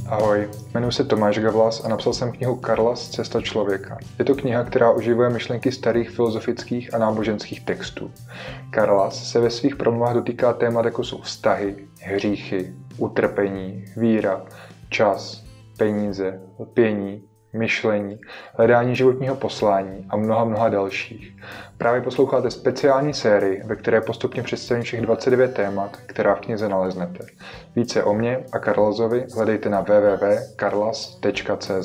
Ahoj, jmenuji se Tomáš Gavlas a napsal jsem knihu Karlas, Cesta člověka. Je to kniha, která oživuje myšlenky starých filozofických a náboženských textů. Karlas se ve svých promluvách dotýká témat, jako jsou vztahy, hříchy, utrpení, víra, čas, peníze, lpění, myšlení, hledání životního poslání a mnoha dalších. Právě posloucháte speciální sérii, ve které postupně představím všech 29 témat, která v knize naleznete. Více o mně a Karlasovi hledejte na www.karlas.cz.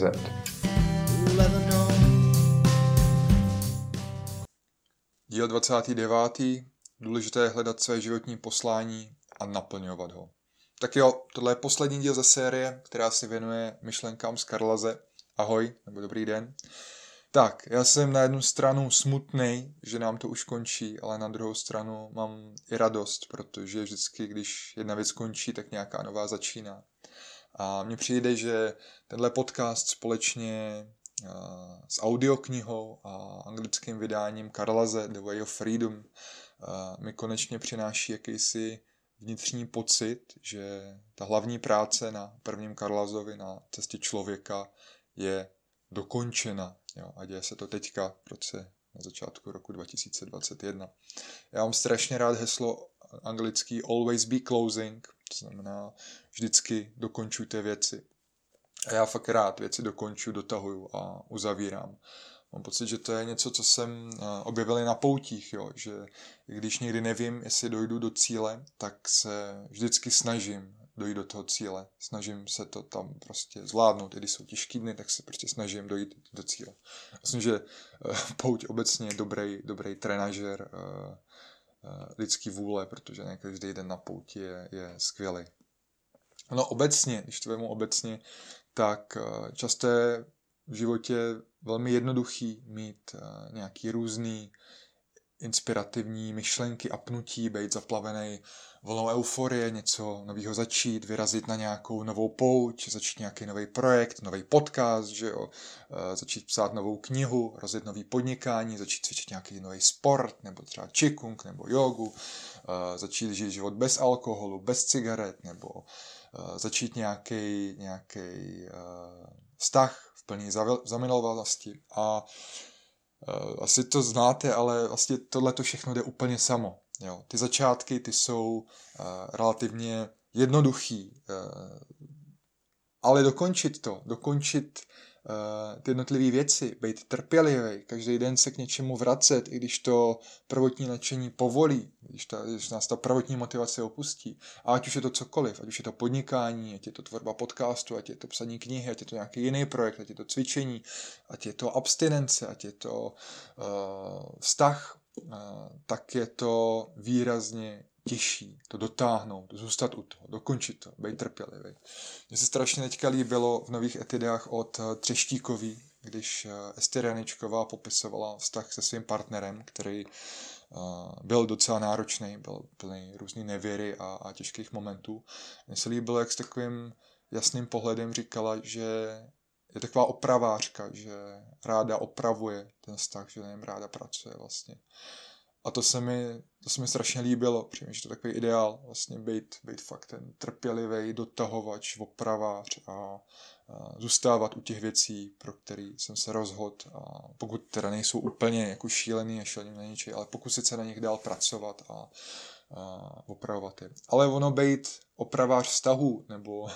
Díl 29. Důležité je hledat své životní poslání a naplňovat ho. Tak jo, tohle je poslední díl ze série, která se věnuje myšlenkám z Karlase. Ahoj, nebo dobrý den. Tak, já jsem na jednu stranu smutnej, že nám to už končí, ale na druhou stranu mám i radost, protože vždycky, když jedna věc končí, tak nějaká nová začíná. A mně přijde, že tenhle podcast společně s audioknihou a anglickým vydáním Karlase, The Way of Freedom, mi konečně přináší jakýsi vnitřní pocit, že ta hlavní práce na prvním Karlasovi, na cestě člověka, je dokončena. Jo, a děje se to teďka, v roce na začátku roku 2021. Já mám strašně rád heslo anglický always be closing, to znamená vždycky dokončujte věci. A já fakt rád věci dokončuju, dotahuju a uzavírám. Mám pocit, že to je něco, co jsem objevil na poutích, jo? Že když někdy nevím, jestli dojdu do cíle, tak se vždycky snažím dojít do toho cíle. Snažím se to tam prostě zvládnout. I když jsou těžký dny, tak se prostě snažím dojít do cíle. Myslím, že pouť obecně je dobrý trenažer lidský vůle, protože ne každý den na pouti je skvělý. No obecně, když to vemu obecně, tak často je v životě velmi jednoduchý mít nějaký různý inspirativní myšlenky a pnutí, být zaplavený vlnou euforie, něco nového začít, vyrazit na nějakou novou pouť, začít nějaký nový projekt, nový podcast, že jo? Začít psát novou knihu, rozjet nový podnikání, začít cvičit nějaký nový sport, nebo třeba qigong, nebo jogu, začít žít život bez alkoholu, bez cigaret, nebo začít nějaký vztah v plný zamilovanosti. A asi to znáte, ale vlastně tohle to všechno jde úplně samo. Jo. Ty začátky, ty jsou relativně jednoduchý, ale dokončit ty jednotlivé věci, být trpělivý, každý den se k něčemu vracet, i když to prvotní nadšení povolí, když nás ta prvotní motivace opustí. A ať už je to cokoliv, ať už je to podnikání, ať je to tvorba podcastu, ať je to psaní knihy, ať je to nějaký jiný projekt, ať je to cvičení, ať je to abstinence, ať je to vztah, tak je to výrazně těžší to dotáhnout, zůstat u toho, dokončit to, být trpělivý. Mně se strašně teďka líbilo v Nových etidách od Třeštíkový, když Ester Janičková popisovala vztah se svým partnerem, který byl docela náročný, byl plný různý nevěry a těžkých momentů. Mně se líbilo, jak s takovým jasným pohledem říkala, že je taková opravářka, že ráda opravuje ten vztah, že na něm ráda pracuje vlastně. A to se mi strašně líbilo, protože je to takový ideál, vlastně být fakt ten trpělivý dotahovač, opravář a zůstávat u těch věcí, pro který jsem se rozhodl. A pokud teda nejsou úplně jako šílený a šílený na ničej, ale pokusit se na nich dál pracovat a opravovat je. Ale ono být opravář vztahu, nebo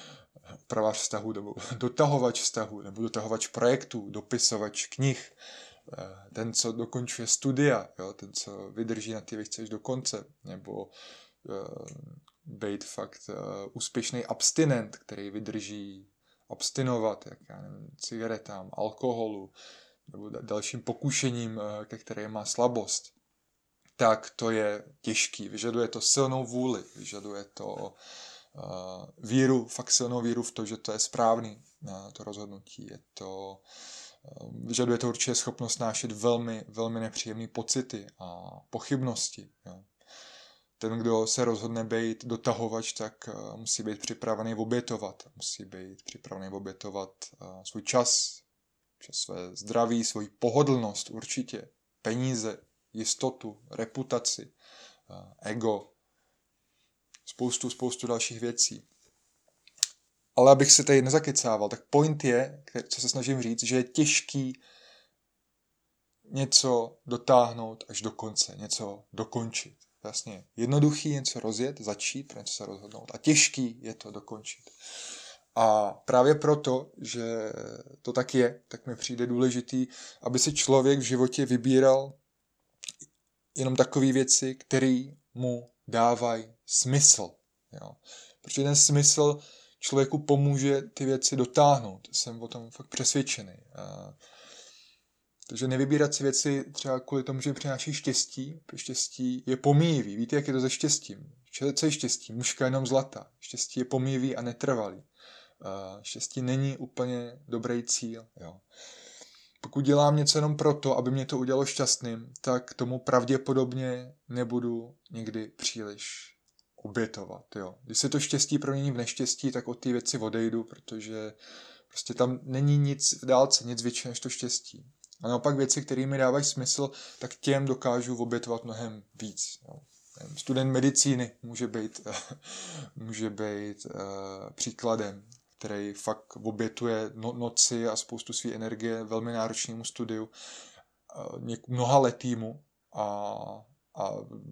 dotahovač vztahu, nebo dotahovač projektů, dopisovač knih, ten, co dokončuje studia, jo, ten, co vydrží na ty věci až do konce, nebo být fakt úspěšný abstinent, který vydrží abstinovat, jak já nevím, cigaretám, alkoholu, nebo dalším pokušením, ke které má slabost, tak to je těžký. Vyžaduje to silnou vůli, vyžaduje to silnou víru v to, že to je správný, to rozhodnutí. Vyžaduje to určitě schopnost nášet velmi, velmi nepříjemné pocity a pochybnosti. Jo. Ten, kdo se rozhodne být dotahovač, tak musí být připravený obětovat. Musí být připravený obětovat svůj čas své zdraví, svoji pohodlnost určitě, peníze, jistotu, reputaci, ego, spoustu dalších věcí. Ale abych se tady nezakecával, tak point je, co se snažím říct, že je těžký něco dotáhnout až do konce, něco dokončit. Vlastně jednoduchý něco rozjet, začít, pro něco se rozhodnout a těžký je to dokončit. A právě proto, že to tak je, tak mi přijde důležitý, aby si člověk v životě vybíral jenom takové věci, které mu dávají smysl. Jo. Protože ten smysl člověku pomůže ty věci dotáhnout. Jsem o tom fakt přesvědčený. Takže nevybírat si věci třeba kvůli tomu, že přináší štěstí. Štěstí je pomíjivý. Víte, jak je to se štěstím? Co je štěstí? Mužka jenom zlata. Štěstí je pomíjivý a netrvalý. Štěstí není úplně dobrý cíl. Jo. Pokud dělám něco jenom proto, aby mě to udělalo šťastným, tak tomu pravděpodobně nebudu nikdy příliš obětovat. Jo. Když se to štěstí promění v neštěstí, tak od té věci odejdu, protože prostě tam není nic v dálce, nic větší než to štěstí. A naopak věci, které mi dávají smysl, tak těm dokážu obětovat mnohem víc. Jo. Student medicíny může být příkladem, který fakt obětuje noci a spoustu své energie velmi náročnému studiu, mnoha letýmu a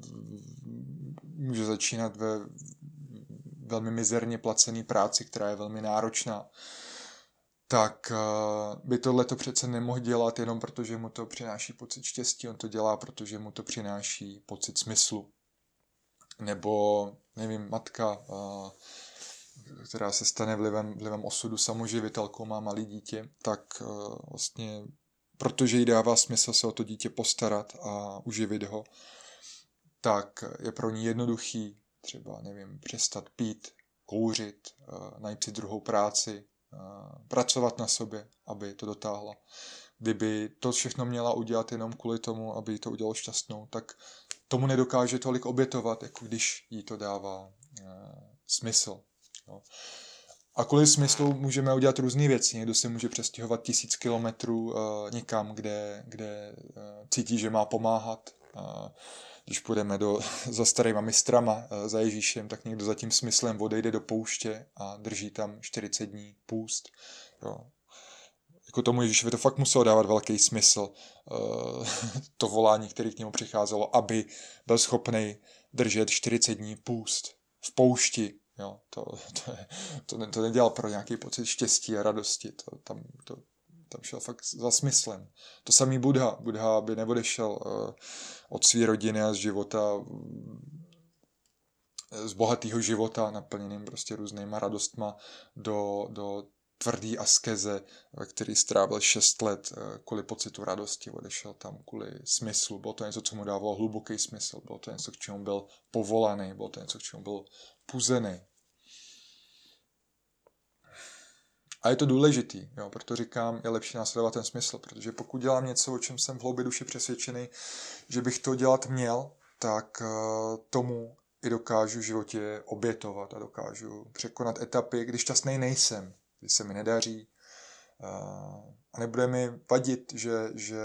může začínat ve velmi mizerně placený práci, která je velmi náročná, tak by tohleto přece nemohl dělat jenom protože mu to přináší pocit štěstí, on to dělá, protože mu to přináší pocit smyslu. Nebo, nevím, matka, která se stane vlivem osudu samoživitelkou, má malý dítě, tak vlastně, protože jí dává smysl se o to dítě postarat a uživit ho, tak je pro ní jednoduchý třeba, nevím, přestat pít, kouřit, najít si druhou práci, pracovat na sobě, aby to dotáhla. Kdyby to všechno měla udělat jenom kvůli tomu, aby jí to udělalo šťastnou, tak tomu nedokáže tolik obětovat, jako když jí to dává smysl. Jo. A kvůli smyslu můžeme udělat různé věci. Někdo se může přestěhovat 1000 kilometrů někam, kde cítí, že má pomáhat. Když půjdeme za starýma mistrama, za Ježíšem, tak někdo za tím smyslem odejde do pouště a drží tam 40 dní půst. Jo. Jako tomu Ježíšovi to fakt muselo dávat velký smysl, to volání, které k němu přicházelo, aby byl schopný držet 40 dní půst v poušti. Jo, to nedělal pro nějaký pocit štěstí a radosti. Tam šel fakt za smyslem. To samý Buddha by neodešel od své rodiny a z života, z bohatého života, naplněným prostě různýma radostma, do tvrdý askeze, který strávil 6 let kvůli pocitu radosti, odešel tam kvůli smyslu. Bylo to něco, co mu dávalo hluboký smysl. Bylo to něco, k čemu byl povolaný. Bylo to něco, k čemu byl puzený. A je to důležitý, jo, proto říkám, je lepší následovat ten smysl, protože pokud dělám něco, o čem jsem v hloubi duše přesvědčený, že bych to dělat měl, tak tomu i dokážu v životě obětovat a dokážu překonat etapy, když šťastný nejsem, když se mi nedaří a nebude mi vadit, že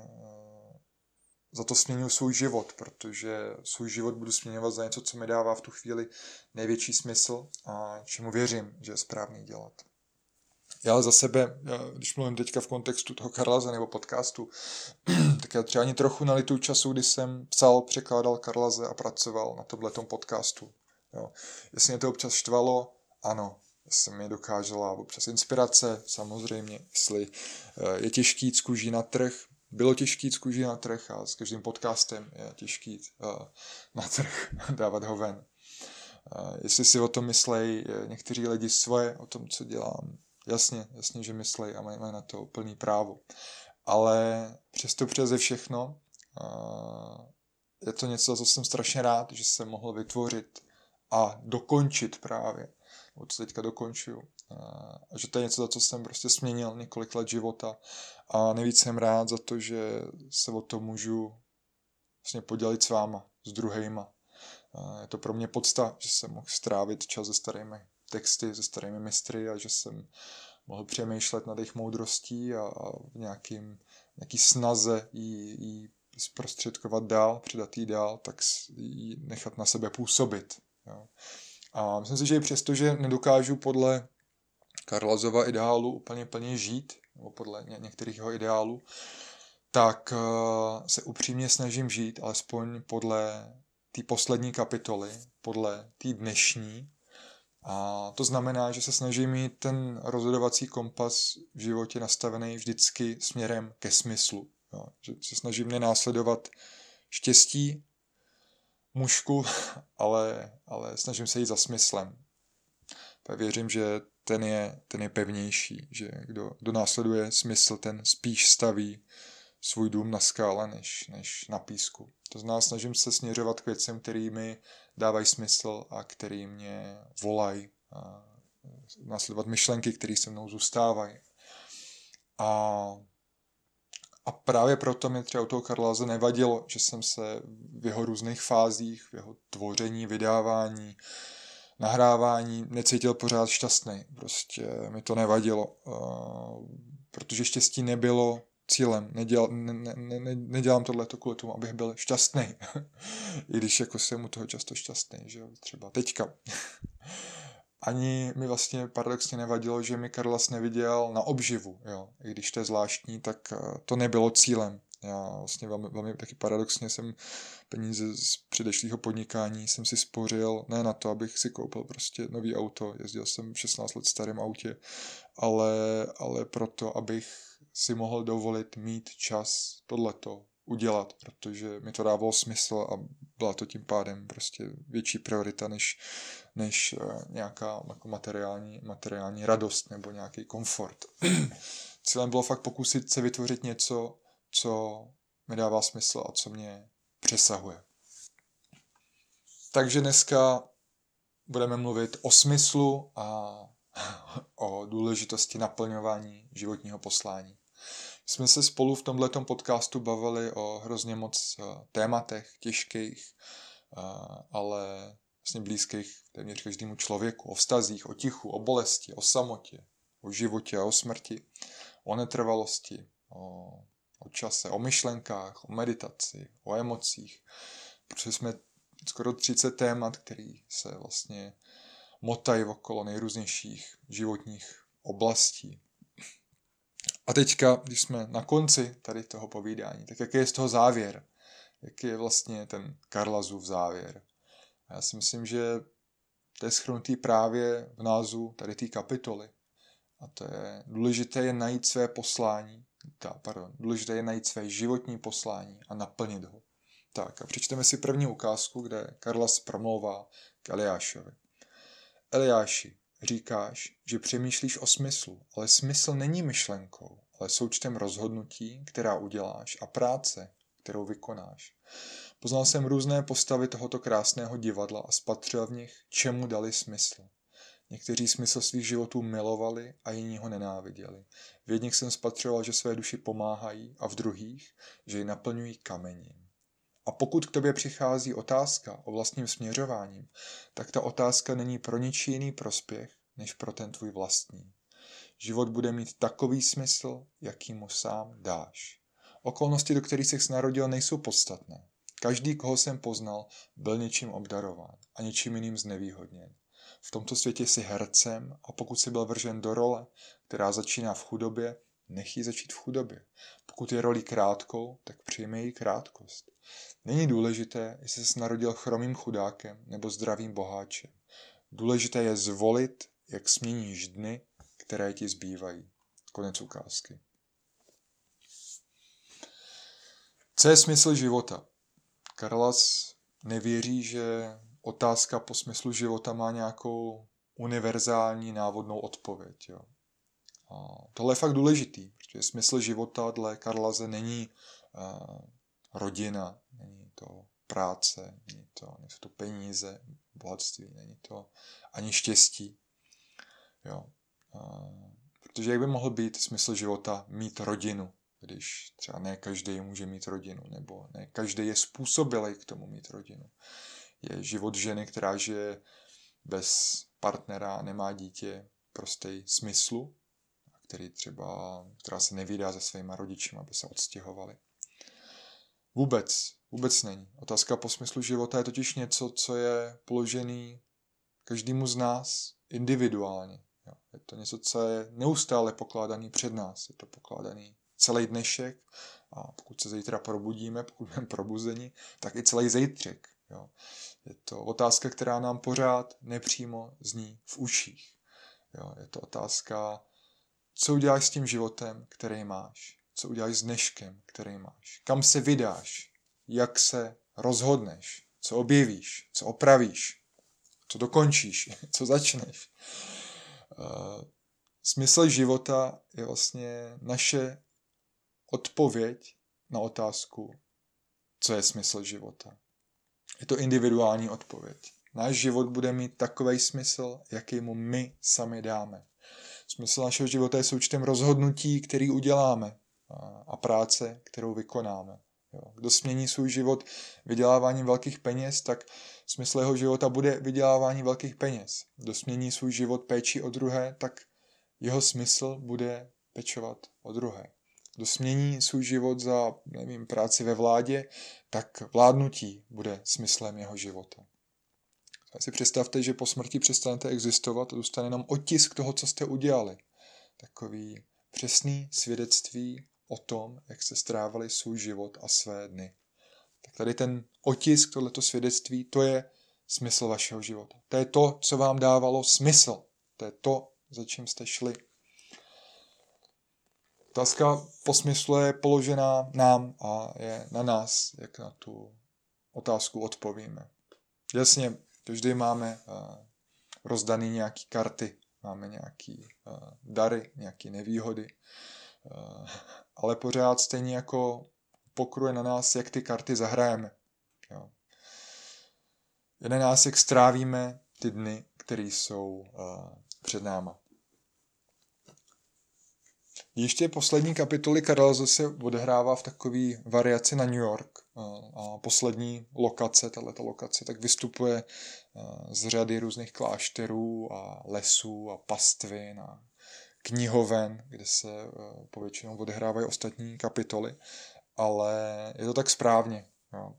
za to směňuji svůj život, protože svůj život budu směňovat za něco, co mi dává v tu chvíli největší smysl a čemu věřím, že je správný dělat. Já za sebe, když mluvím teďka v kontextu toho Karlaze nebo podcastu, tak já třeba ani trochu nalituju času, kdy jsem psal, překládal Karlaze a pracoval na tomhletom podcastu. Jo. Jestli mě to občas štvalo, ano. Jestli mi dokázala občas inspirace, samozřejmě. Jestli je těžký jít z kůží na trh, bylo těžký jít z kůží na trh a s každým podcastem je těžký jít na trh, dávat ho ven. Jestli si o tom myslejí někteří lidi svoje, o tom, co dělám, jasně, že myslej a mají na to plný právo. Ale přesto přeze všechno je to něco, za co jsem strašně rád, že jsem mohl vytvořit a dokončit právě, co teďka dokončuju. A že to je něco, za co jsem prostě směnil několik let života a nejvíc jsem rád za to, že se o to můžu vlastně podělit s váma, s druhejma. Je to pro mě podsta, že jsem mohl strávit čas se starými texty, se starými mistry a že jsem mohl přemýšlet nad jejich moudrostí a nějaký snaze jí zprostředkovat dál, předat jí dál, tak ji nechat na sebe působit. Jo. A myslím si, že i přesto, že nedokážu podle Karlazova ideálu úplně plně žít, nebo podle některých jeho ideálů, tak se upřímně snažím žít, alespoň podle té poslední kapitoly, podle té dnešní. A to znamená, že se snažím mít ten rozhodovací kompas v životě nastavený vždycky směrem ke smyslu. Jo. Že se snažím nenásledovat štěstí, mužku, ale snažím se jít za smyslem. Věřím, že ten je pevnější, že kdo následuje smysl, ten spíš staví svůj dům na skále než na písku. To znamená, snažím se směřovat k věcem, který mi dávají smysl a který mě volají. Následovat myšlenky, které se mnou zůstávají. A právě proto mi třeba u toho Karlaze nevadilo, že jsem se v jeho různých fázích, v jeho tvoření, vydávání, nahrávání necítil pořád šťastný. Prostě mi to nevadilo, protože štěstí nebylo cílem. Nedělám tohleto kvůli tomu, abych byl šťastný. I když jako jsem u toho často šťastný, že jo, třeba teďka. Ani mi vlastně paradoxně nevadilo, že mi Karlas neviděl na obživu, jo. I když to je zvláštní, tak to nebylo cílem. Já vlastně velmi taky paradoxně jsem peníze z předešlého podnikání jsem si spořil, ne na to, abych si koupil prostě nový auto, jezdil jsem 16 let starém autě, ale proto, abych si mohl dovolit mít čas tohleto udělat, protože mi to dávalo smysl a byla to tím pádem prostě větší priorita než nějaká jako materiální radost nebo nějaký komfort. Cílem bylo fakt pokusit se vytvořit něco, co mi dává smysl a co mě přesahuje. Takže dneska budeme mluvit o smyslu a o důležitosti naplňování životního poslání. Jsme se spolu v tomhletom podcastu bavili o hrozně moc tématech, těžkých, ale vlastně blízkých téměř každému člověku. O vztazích, o tichu, o bolesti, o samotě, o životě a o smrti, o netrvalosti, o čase, o myšlenkách, o meditaci, o emocích. Protože jsme skoro 30 témat, které se vlastně motají okolo nejrůznějších životních oblastí. A teďka, když jsme na konci tady toho povídání, tak jaký je z toho závěr? Jaký je vlastně ten Karlasův závěr? A já si myslím, že to je shrnutý právě v názvu tady té kapitoly. A to je důležité je najít své poslání, důležité je najít své životní poslání a naplnit ho. Tak a přečteme si první ukázku, kde Karlas promlouvá k Eliášovi. Eliáši, říkáš, že přemýšlíš o smyslu, ale smysl není myšlenkou, ale součtem rozhodnutí, která uděláš a práce, kterou vykonáš. Poznal jsem různé postavy tohoto krásného divadla a spatřil v nich, čemu dali smysl. Někteří smysl svých životů milovali a jiní ho nenáviděli. V jedných jsem spatřoval, že své duši pomáhají a v druhých, že ji naplňují kamením. A pokud k tobě přichází otázka o vlastním směřováním, tak ta otázka není pro ničí jiný prospěch, než pro ten tvůj vlastní. Život bude mít takový smysl, jaký mu sám dáš. Okolnosti, do kterých jsi narodil, nejsou podstatné. Každý, koho jsem poznal, byl něčím obdarován a něčím jiným znevýhodněn. V tomto světě jsi hercem a pokud jsi byl vržen do role, která začíná v chudobě, nech ji začít v chudobě. Pokud je rolí krátkou, tak přijme její krátkost. Není důležité, jestli jsi narodil chromým chudákem nebo zdravým boháčem. Důležité je zvolit, jak směníš dny, které ti zbývají. Konec ukázky. Co je smysl života? Karlas nevěří, že otázka po smyslu života má nějakou univerzální návodnou odpověď. Jo. A tohle je fakt důležitý, protože smysl života dle Karlase není rodina, není to práce, nejsou to peníze, bohatství, není to ani štěstí. Jo. Protože jak by mohl být smysl života mít rodinu, když třeba ne každý může mít rodinu, nebo ne každý je způsobilý k tomu mít rodinu. Je život ženy, která žije bez partnera, nemá dítě, prostý smyslu, která se nevydá se svýma rodiči, aby se odstěhovali. Vůbec není. Otázka po smyslu života je totiž něco, co je položený každému z nás individuálně. Jo. Je to něco, co je neustále pokládaný před nás. Je to pokládaný celý dnešek a pokud se zítra probudíme, pokud budeme probuzeni, tak i celý zítřek. Jo. Je to otázka, která nám pořád nepřímo zní v uších. Jo. Je to otázka, co uděláš s tím životem, který máš. Co uděláš s dneškem, který máš. Kam se vydáš. Jak se rozhodneš. Co objevíš. Co opravíš. Co dokončíš. Co začneš. Smysl života je vlastně naše odpověď na otázku, co je smysl života. Je to individuální odpověď. Náš život bude mít takovej smysl, jaký mu my sami dáme. Smysl našeho života je součtem rozhodnutí, který uděláme a práce, kterou vykonáme. Kdo smění svůj život vyděláváním velkých peněz, tak smysl jeho života bude vydělávání velkých peněz. Kdo smění svůj život péči o druhé, tak jeho smysl bude pečovat o druhé. Kdo smění svůj život za, práci ve vládě, tak vládnutí bude smyslem jeho života. Tak si představte, že po smrti přestanete existovat a zůstane nám otisk toho, co jste udělali. Takový přesný svědectví o tom, jak jste strávili svůj život a své dny. Tak tady ten otisk, tohleto svědectví, to je smysl vašeho života. To je to, co vám dávalo smysl. To je to, za čím jste šli. Otázka po smyslu je položená nám a je na nás, jak na tu otázku odpovíme. Jasně, vždy máme rozdaný nějaký karty, máme nějaký dary, nějaké nevýhody, ale pořád stejně jako pokruje na nás, jak ty karty zahrajeme. Jo. Je na nás, jak strávíme ty dny, které jsou před náma. Ještě poslední kapitoly Karlaze se odehrává v takové variaci na New York. A poslední lokace, tato lokace, tak vystupuje z řady různých klášterů a lesů a pastvin a knihoven, kde se povětšinou odehrávají ostatní kapitoly. Ale je to tak správně. Jo.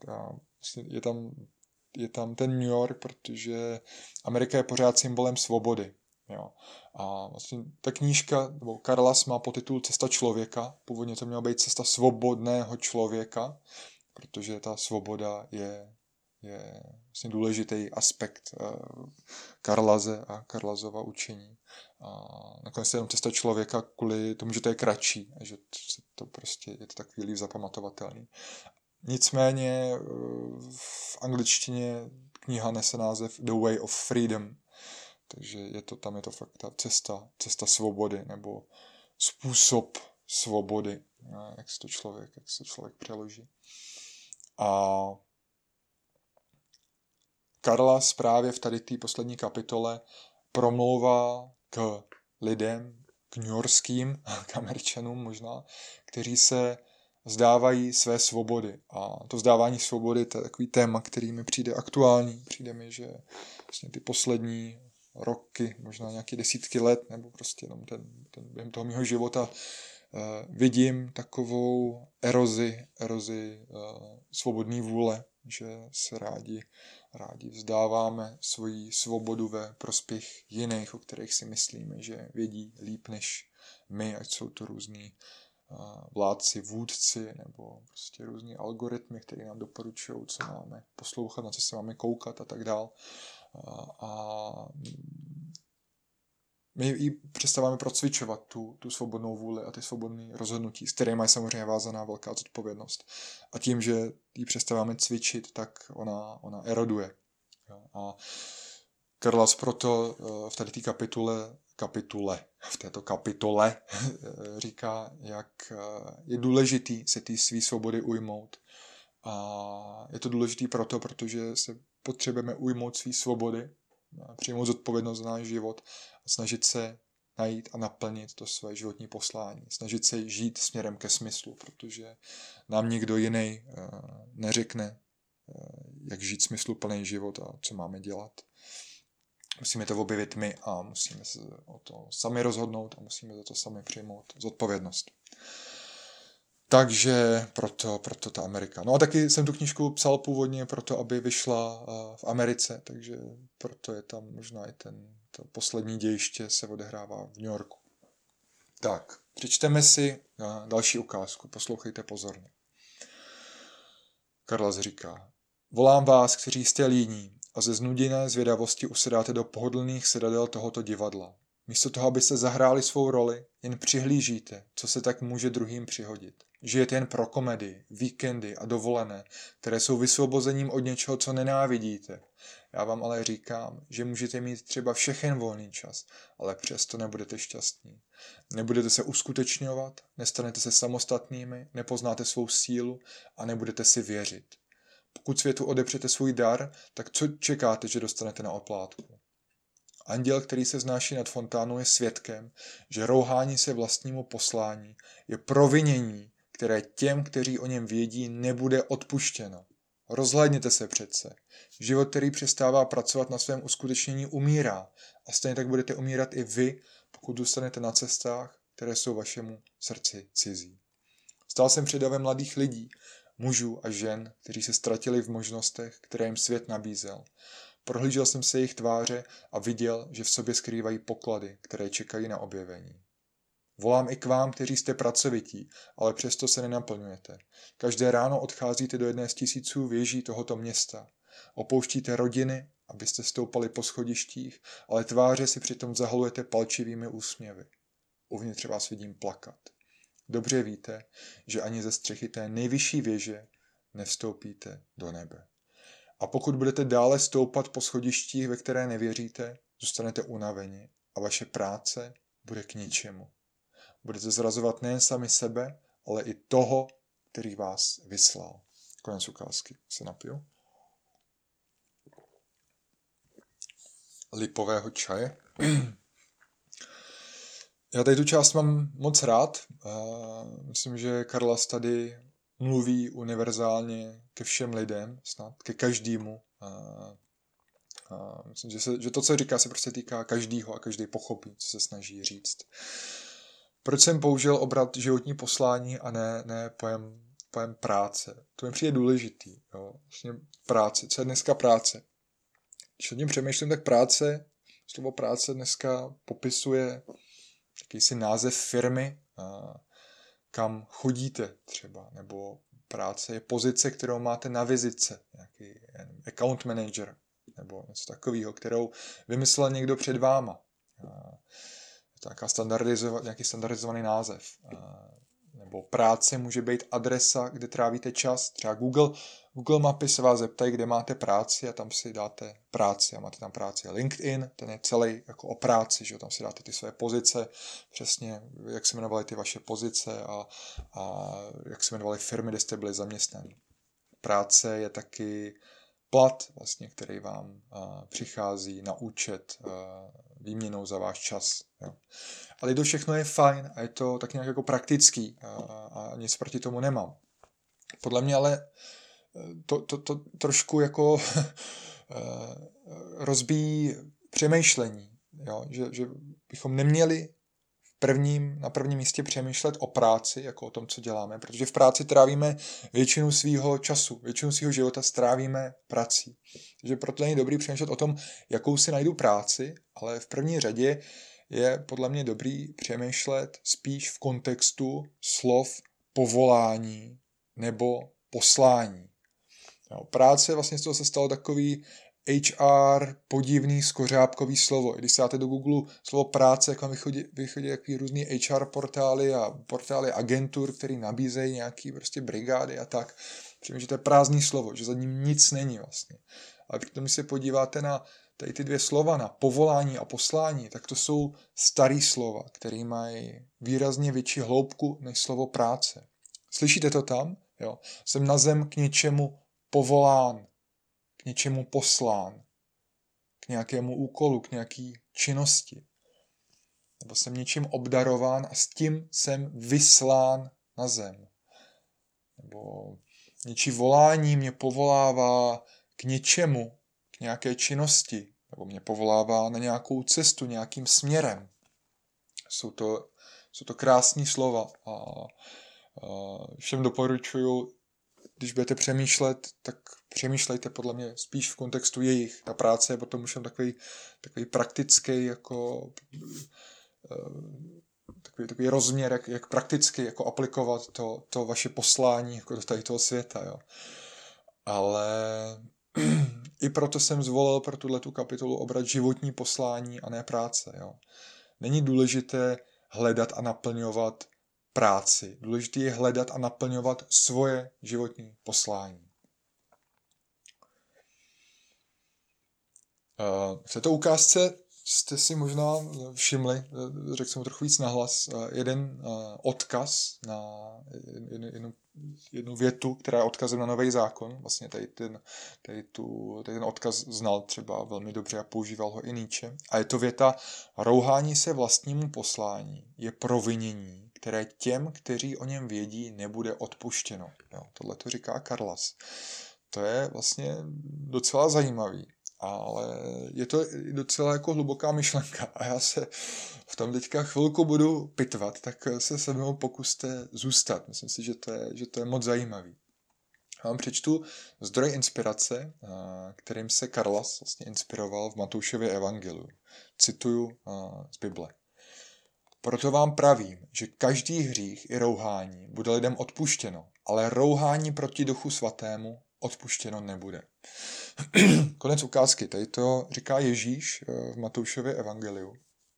Je tam ten New York, protože Amerika je pořád symbolem svobody. Jo. A vlastně ta knížka, nebo Karlas má podtitul Cesta člověka, původně to měla být cesta svobodného člověka, protože ta svoboda je vlastně důležitý aspekt Karlaze a Karlazova učení. A nakonec je jenom cesta člověka kvůli tomu, že to je kratší a že to prostě je to takový líp zapamatovatelný. Nicméně v angličtině kniha nese název The Way of Freedom, takže tam je to fakt ta cesta svobody, nebo způsob svobody, jak se to člověk přeloží. A Karlas právě v tady té poslední kapitole promlouvá k lidem, k newyorským, k Američanům možná, kteří se vzdávají své svobody. A to vzdávání svobody, to je takový téma, který mi přijde aktuální. Přijde mi, že vlastně ty poslední roky, možná nějaké desítky let, nebo prostě jenom během toho mého života vidím takovou erozi svobodné vůle, že se rádi vzdáváme svoji svobodu ve prospěch jiných, o kterých si myslíme, že vědí líp než my, ať jsou to různí vládci, vůdci nebo prostě různý algoritmy, které nám doporučují, co máme poslouchat, na co se máme koukat a tak dál. A my ji přestáváme procvičovat tu svobodnou vůli a ty svobodné rozhodnutí, s kterými je samozřejmě vázaná velká zodpovědnost. A tím, že ji přestáváme cvičit, tak ona eroduje. A Karlas proto v této kapitole říká, jak je důležitý se ty svý svobody ujmout. A je to důležitý proto, protože se potřebujeme ujmout svý svobody, přijmout zodpovědnost za náš život a snažit se najít a naplnit to své životní poslání. Snažit se žít směrem ke smyslu, protože nám nikdo jiný neřekne, jak žít smysluplný život a co máme dělat. Musíme to objevit my a musíme se o to sami rozhodnout a musíme za to sami přijmout zodpovědnost. Takže proto ta Amerika. No a taky jsem tu knížku psal původně proto, aby vyšla v Americe, takže proto je tam možná i ten To poslední dějiště se odehrává v New Yorku. Tak, přečteme si další ukázku. Poslouchejte pozorně. Carlas říká: volám vás, kteří jste líní a ze znuděné zvědavosti usedáte do pohodlných sedadel tohoto divadla. Místo toho, abyste zahráli svou roli, jen přihlížíte, co se tak může druhým přihodit. Žijete jen pro komedii, víkendy a dovolené, které jsou vysvobozením od něčeho, co nenávidíte. Já vám ale říkám, že můžete mít třeba všechen volný čas, ale přesto nebudete šťastní. Nebudete se uskutečňovat, nestanete se samostatnými, nepoznáte svou sílu a nebudete si věřit. Pokud světu odepřete svůj dar, tak co čekáte, že dostanete na oplátku? Anděl, který se vznáší nad fontánou, je svědkem, že rouhání se vlastnímu poslání je provinění, které těm, kteří o něm vědí, nebude odpuštěno. Rozhlédněte se přece. Život, který přestává pracovat na svém uskutečnění, umírá. A stejně tak budete umírat i vy, pokud zůstanete na cestách, které jsou vašemu srdci cizí. Stál jsem před davem mladých lidí, mužů a žen, kteří se ztratili v možnostech, které jim svět nabízel. Prohlížel jsem se jejich tváře a viděl, že v sobě skrývají poklady, které čekají na objevení. Volám i k vám, kteří jste pracovití, ale přesto se nenaplňujete. Každé ráno odcházíte do jedné z tisíců věží tohoto města. Opouštíte rodiny, abyste stoupali po schodištích, ale tváře si přitom zahalujete palčivými úsměvy. Uvnitř vás vidím plakat. Dobře víte, že ani ze střechy té nejvyšší věže nevstoupíte do nebe. A pokud budete dále stoupat po schodištích, ve které nevěříte, zůstanete unaveni a vaše práce bude k ničemu. Budete zrazovat nejen sami sebe, ale i toho, který vás vyslal. Konec ukázky. Se napiju. Lipového čaje. Já tady tu část mám moc rád. Myslím, že Carlas tady mluví univerzálně ke všem lidem, snad ke každému. Myslím, že to, co říká, se prostě týká každýho a každý pochopí, co se snaží říct. Proč jsem použil obrat životní poslání a ne pojem práce? To mi přijde důležitý. Jo? Vlastně práce. Co je dneska práce? Když o něm přemýšlím, tak slovo práce dneska popisuje jakýsi název firmy, kam chodíte třeba, nebo práce je pozice, kterou máte na vizitce, nějaký account manager, nebo něco takového, kterou vymyslel někdo před váma. Nějaký standardizovaný název. Nebo práce může být adresa, kde trávíte čas. Třeba Google mapy se vás zeptají, kde máte práci a tam si dáte práci a máte tam práci. LinkedIn, ten je celý jako o práci, že tam si dáte ty své pozice, přesně jak se jmenovaly ty vaše pozice a jak se jmenovaly firmy, kde jste byli zaměstnaní. Práce je taky plat, vlastně, který vám přichází na účet výměnou za váš čas. Jo. Ale to všechno je fajn a je to tak nějak jako praktický a nic proti tomu nemám. Podle mě ale to trošku jako rozbíjí přemýšlení, jo? Že bychom neměli na prvním místě přemýšlet o práci, jako o tom, co děláme, protože v práci trávíme většinu svýho času, většinu svýho života strávíme prací. Takže proto není dobrý přemýšlet o tom, jakou si najdu práci, ale v první řadě je podle mě dobrý přemýšlet spíš v kontextu slov povolání nebo poslání. Jo, práce vlastně z toho se stalo takový HR podivný skořápkový slovo. Když se dáte do Google slovo práce, jak vám vychodí jaký různý HR portály a portály agentur, který nabízejí nějaký prostě brigády a tak. Přijím, že to je prázdný slovo, že za ním nic není vlastně. Ale přitom, když se podíváte na tady ty dvě slova, na povolání a poslání, tak to jsou starý slova, které mají výrazně větší hloubku než slovo práce. Slyšíte to tam? Jo. Jsem na zem k něčemu povolán, k něčemu poslán, k nějakému úkolu, k nějaké činnosti. Nebo jsem něčím obdarován a s tím jsem vyslán na zem. Nebo něčí volání mě povolává k něčemu, k nějaké činnosti, nebo mě povolává na nějakou cestu, nějakým směrem. Jsou to krásné slova a všem doporučuju když budete přemýšlet, tak přemýšlejte podle mě spíš v kontextu jejich. Ta práce je potom už takový praktický, jako takový rozměr, jak prakticky jako aplikovat to vaše poslání jako do tady toho světa. Jo. Ale i proto jsem zvolil pro tuhletu kapitolu obrat životní poslání a ne práce. Jo. Není důležité hledat a naplňovat práci. Důležité je hledat a naplňovat svoje životní poslání. V této ukázce jste si možná všimli, řekl jsem trochu víc nahlas, jeden odkaz na jednu větu, která je odkazem na Nový zákon. Vlastně tady ten odkaz znal třeba velmi dobře a používal ho i Nietzsche. A je to věta: rouhání se vlastnímu poslání je provinění, které těm, kteří o něm vědí, nebude odpuštěno. Tohle to říká Karlas. To je vlastně docela zajímavý. Ale je to docela jako hluboká myšlenka a já se v tom teďka chvilku budu pitvat, tak se mnou pokuste zůstat. Myslím si, že to je moc zajímavý. Já vám přečtu zdroj inspirace, kterým se Karlas vlastně inspiroval v Matoušově evangeliu. Cituju z Bible. Proto vám pravím, že každý hřích i rouhání bude lidem odpuštěno, ale rouhání proti Duchu Svatému odpuštěno nebude. Konec ukázky. Tady to říká Ježíš v Matoušově evangeliu.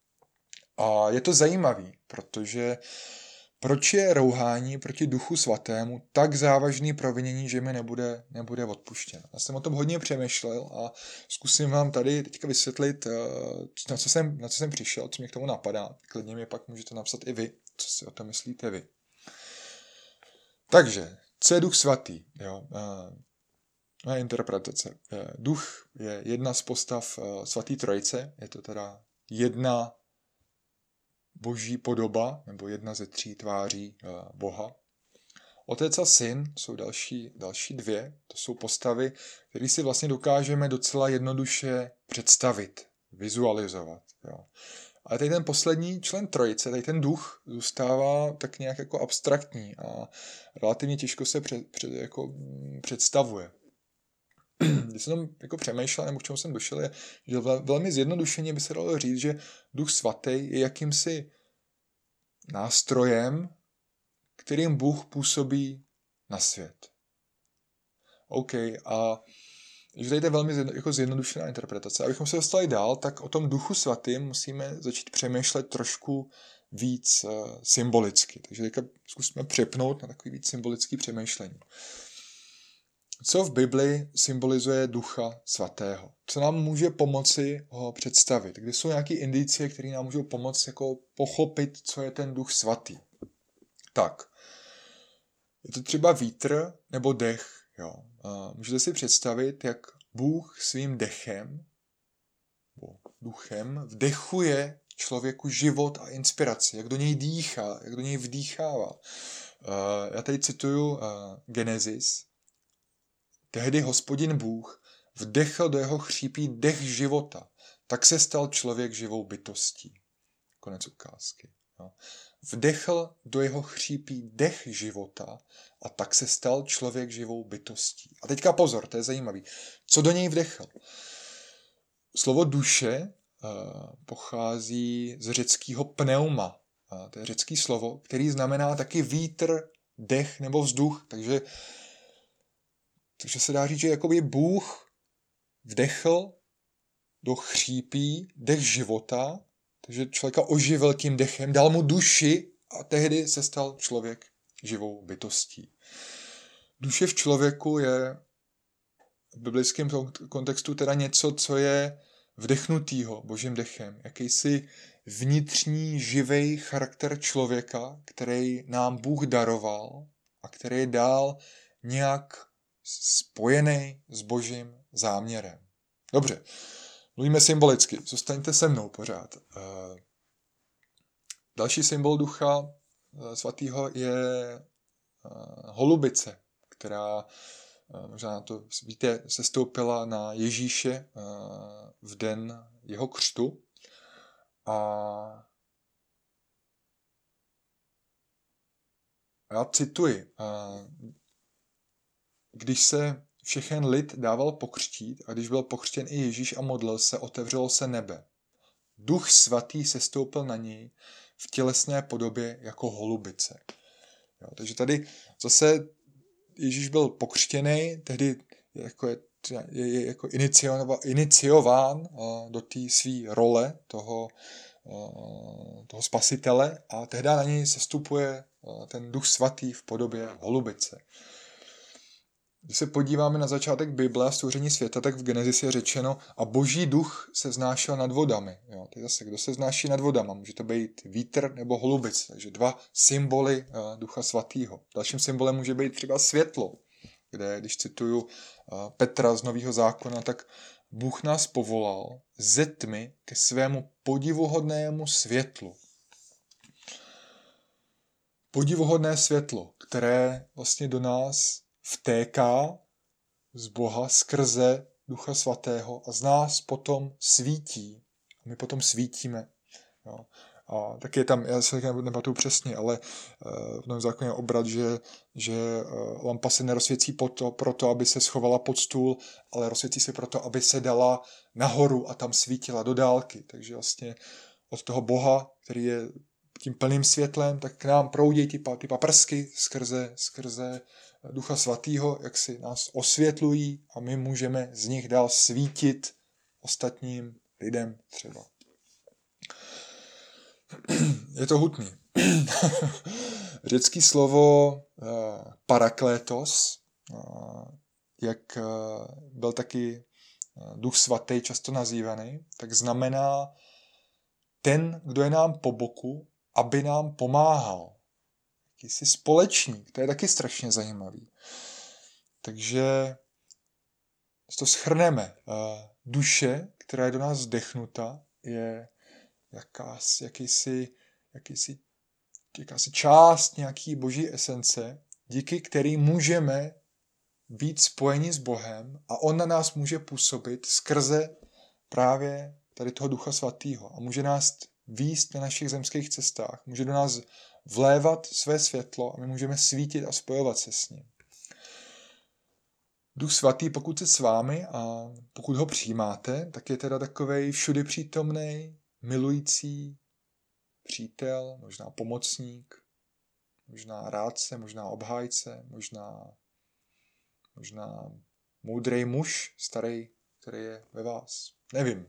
A je to zajímavý, protože proč je rouhání proti Duchu Svatému tak závažný provinění, že mi nebude odpuštěno? Já jsem o tom hodně přemýšlel a zkusím vám tady teďka vysvětlit, na co jsem přišel, co mě k tomu napadá. Klidně mi pak můžete napsat i vy, co si o tom myslíte vy. Takže, co je Duch Svatý? Moje interpretace. Duch je jedna z postav Svatý Trojice, je to teda jedna boží podoba, nebo jedna ze 3 tváří Boha. Otec a syn jsou další 2, to jsou postavy, které si vlastně dokážeme docela jednoduše představit, vizualizovat. Jo. Ale tady ten poslední člen trojice, tady ten duch, zůstává tak nějak jako abstraktní a relativně těžko se představuje. Když jsem jako přemýšlel, nebo k čemu jsem došel, je, že velmi zjednodušeně by se dalo říct, že Duch Svatý je jakýmsi nástrojem, kterým Bůh působí na svět. OK, a že tady je velmi jako zjednodušená interpretace. Abychom se dostali dál, tak o tom Duchu Svatým musíme začít přemýšlet trošku víc symbolicky. Takže teďka zkusíme přepnout na takový víc symbolický přemýšlení. Co v Bibli symbolizuje Ducha Svatého? Co nám může pomoci ho představit? Kde jsou nějaké indicie, které nám můžou pomoct jako pochopit, co je ten Duch Svatý? Tak, je to třeba vítr nebo dech. Jo. Můžete si představit, jak Bůh svým dechem, duchem, vdechuje člověku život a inspiraci, jak do něj dýchá, jak do něj vdýchává. Já tady cituju Genesis. Tehdy Hospodin Bůh vdechl do jeho chřípí dech života, tak se stal člověk živou bytostí. Konec ukázky. Jo. Vdechl do jeho chřípí dech života a tak se stal člověk živou bytostí. A teďka pozor, to je zajímavý. Co do něj vdechl? Slovo duše pochází z řeckého pneuma. To je řecké slovo, který znamená taky vítr, dech nebo vzduch. Takže se dá říct, že jakoby Bůh vdechl do chřípí dech života, takže člověka oživil tím dechem, dal mu duši a tehdy se stal člověk živou bytostí. Duše v člověku je v biblickém kontextu teda něco, co je vdechnutýho božím dechem. Jakýsi vnitřní živej charakter člověka, který nám Bůh daroval a který je dál nějak spojený s božím záměrem. Dobře, mluvíme symbolicky, zůstaňte se mnou pořád. Další symbol Ducha Svatého je holubice, která, možná na to víte, sestoupila na Ježíše v den jeho křtu. A já cituji když se všechen lid dával pokřtít a když byl pokřtěn i Ježíš a modlil se, otevřelo se nebe. Duch svatý sestoupil na něj v tělesné podobě jako holubice. Jo, takže tady zase Ježíš byl pokřtěný, tehdy je jako iniciován do té své role toho spasitele a tehdy na něj sestupuje ten Duch svatý v podobě holubice. Když se podíváme na začátek Bible a stvoření světa, tak v Genesis je řečeno a boží duch se vznášel nad vodami. Jo, to je zase, kdo se vznáší nad vodama? Může to být vítr nebo holubice, takže dva symboly Ducha svatýho. Dalším symbolem může být třeba světlo, kde, když cituju Petra z Nového zákona, tak Bůh nás povolal ze tmy ke svému podivuhodnému světlu. Podivuhodné světlo, které vlastně do nás vtéká z Boha skrze Ducha svatého a z nás potom svítí. My potom svítíme. Jo. A taky je tam, já se nepamatuju přesně, ale v Novém zákoně je obrat, že lampa se nerozsvěcí proto, aby se schovala pod stůl, ale rozsvěcí se proto, aby se dala nahoru a tam svítila do dálky. Takže vlastně od toho Boha, který je tím plným světlem, tak k nám proudí ty paprsky skrze Ducha svatýho, jak si nás osvětlují a my můžeme z nich dál svítit ostatním lidem třeba. Je to hutný. Řecký slovo paraklétos, jak byl taky Duch svatý často nazývaný, tak znamená ten, kdo je nám po boku, aby nám pomáhal. Jakýsi společník, to je taky strašně zajímavý. Takže to shrneme. Duše, která je do nás vdechnuta, je jakási část nějaký boží esence, díky který můžeme být spojeni s Bohem a on na nás může působit skrze právě tady toho Ducha svatýho a může nás vést na našich zemských cestách, může do nás vlévat své světlo a my můžeme svítit a spojovat se s ním. Duch svatý, pokud se s vámi a pokud ho přijímáte, tak je teda takovej všudy přítomnej, milující přítel, možná pomocník, možná rádce, možná obhájce, možná moudrý muž, starý, který je ve vás. Nevím.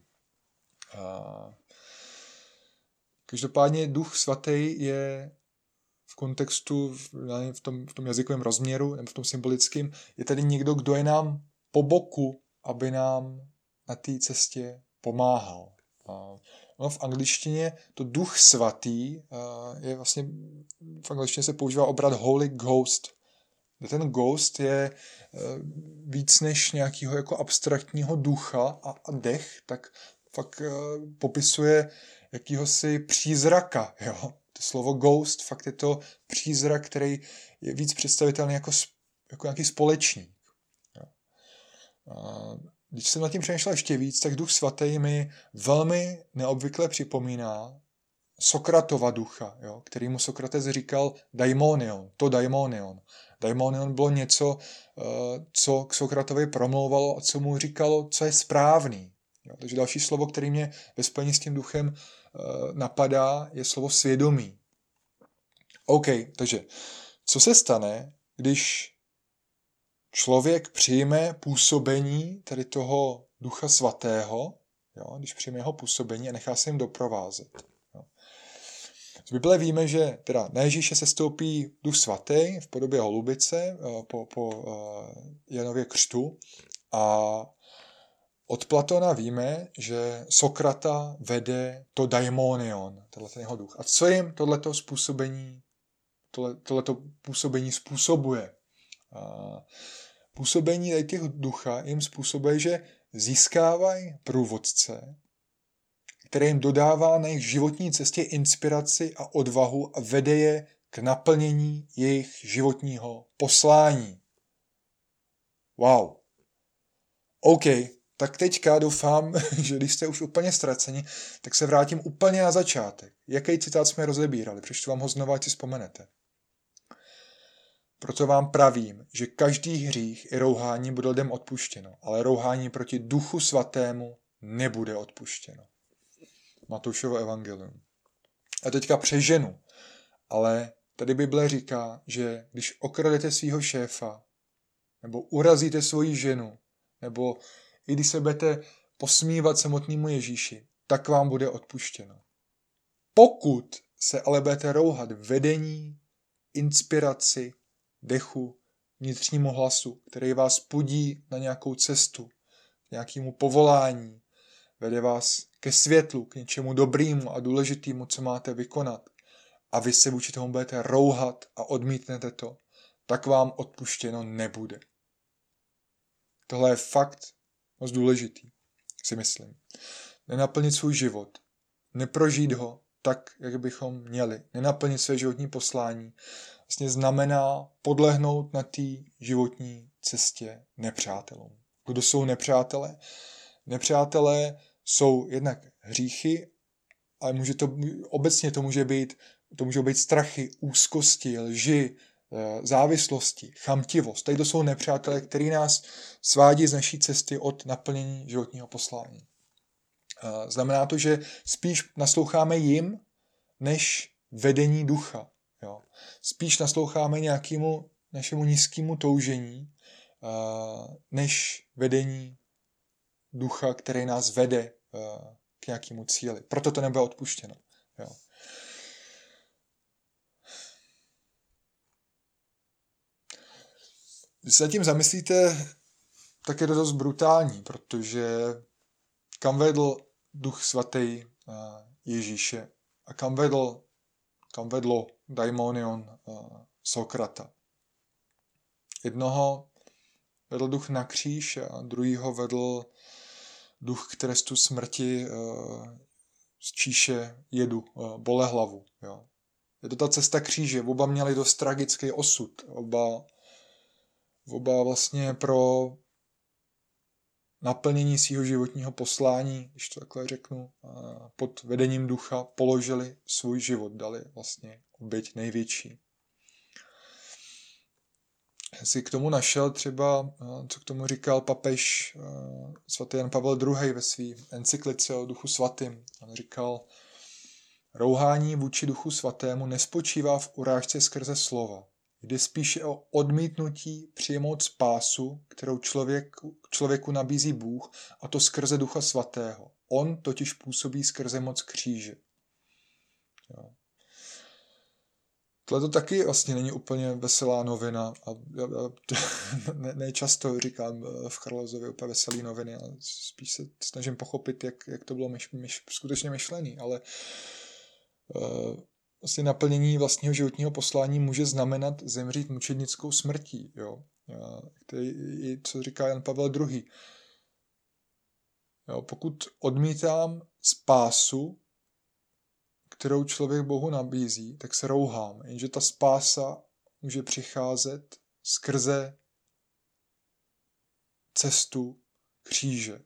Každopádně Duch svatý je v kontextu, v tom jazykovém rozměru, nebo v tom symbolickém, je tady někdo, kdo je nám po boku, aby nám na té cestě pomáhal. V angličtině to Duch svatý je vlastně, v angličtině se používá obrat Holy Ghost. Ten ghost je víc než nějakého jako abstraktního ducha a dech, tak fakt popisuje jakýhosi přízraka. Jo? To slovo ghost fakt je to přízrak, který je víc představitelný jako nějaký společník. Jo? Když jsem nad tím přemýšlel ještě víc, tak Duch svatý mi velmi neobvykle připomíná Sokratova ducha, jo? Kterýmu Sokrates říkal daimonion, to daimonion. Daimonion bylo něco, co k Sokratovi promlouvalo a co mu říkalo, co je správný. Jo? Takže další slovo, které mě ve spojení s tím duchem napadá, je slovo svědomí. OK, takže co se stane, když člověk přijme působení tady toho Ducha svatého, jo? Když přijme jeho působení a nechá se jim doprovázet. Jo? Z Bible víme, že teda na Ježíše se stoupí Duch svatý v podobě holubice po Janově křtu a od Platona víme, že Sokrata vede to daimonion, tenhle jeho duch. A co jim tohleto působení způsobuje? Působení tady těch ducha jim způsobuje, že získávají průvodce, který jim dodává na jejich životní cestě inspiraci a odvahu a vede je k naplnění jejich životního poslání. Wow. OK, tak teďka doufám, že když jste už úplně ztraceni, tak se vrátím úplně na začátek. Jaký citát jsme rozebírali? Přečtu vám ho znova, ať si vzpomenete. Proto vám pravím, že každý hřích i rouhání bude lidem odpuštěno, ale rouhání proti Duchu Svatému nebude odpuštěno. Matoušovo evangelium. A teďka přeženu, ale tady Bible říká, že když okradete svého šéfa, nebo urazíte svoji ženu, nebo i když se budete posmívat samotnému Ježíši, tak vám bude odpuštěno. Pokud se ale budete rouhat vedení, inspiraci, dechu, vnitřnímu hlasu, který vás pudí na nějakou cestu, k nějakému povolání, vede vás ke světlu, k něčemu dobrému a důležitému, co máte vykonat, a vy se vůči tomu budete rouhat a odmítnete to, tak vám odpuštěno nebude. Tohle je fakt moc důležitý, si myslím. Nenaplnit svůj život, neprožít ho tak, jak bychom měli, nenaplnit své životní poslání, vlastně znamená podlehnout na té životní cestě nepřátelům. Kdo jsou nepřátelé? Nepřátelé jsou jednak hříchy, ale obecně to můžou být strachy, úzkosti, lži, závislosti, chamtivost. Tady to jsou nepřátelé, který nás svádí z naší cesty od naplnění životního poslání. Znamená to, že spíš nasloucháme jim, než vedení ducha. Jo. Spíš nasloucháme nějakému našemu nízkému toužení, než vedení ducha, který nás vede k nějakému cíli. Proto to nebude odpuštěno. Jo. Když se tím zamyslíte, tak je to dost brutální, protože kam vedl Duch Svatý Ježíše a kam vedlo daimonion Sokrata. Jednoho vedl duch na kříž a druhýho vedl duch k trestu smrti z číše jedu, bolehlavu. Jo. Je to ta cesta kříže. Oba měli dost tragický osud. Oba vlastně pro naplnění svého životního poslání, když to takhle řeknu, pod vedením ducha položili svůj život, dali vlastně oběť největší. Já si k tomu našel třeba, co k tomu říkal papež svatý Jan Pavel II. Ve své encyklice o Duchu Svatým. On říkal, rouhání vůči Duchu Svatému nespočívá v urážce skrze slova. Jde spíše o odmítnutí přijmout spásu, kterou člověku nabízí Bůh, a to skrze Ducha Svatého. On totiž působí skrze moc kříže. Jo. Tohle to taky vlastně není úplně veselá novina. A nečasto říkám v Karlozově úplně veselý noviny, ale spíš se snažím pochopit, jak to bylo skutečně myšlený. Ale vlastně naplnění vlastního životního poslání může znamenat zemřít mučednickou smrtí. Jo? Co říká Jan Pavel II. Jo, pokud odmítám spásu, kterou člověk Bohu nabízí, tak se rouhám. Jenže ta spása může přicházet skrze cestu kříže.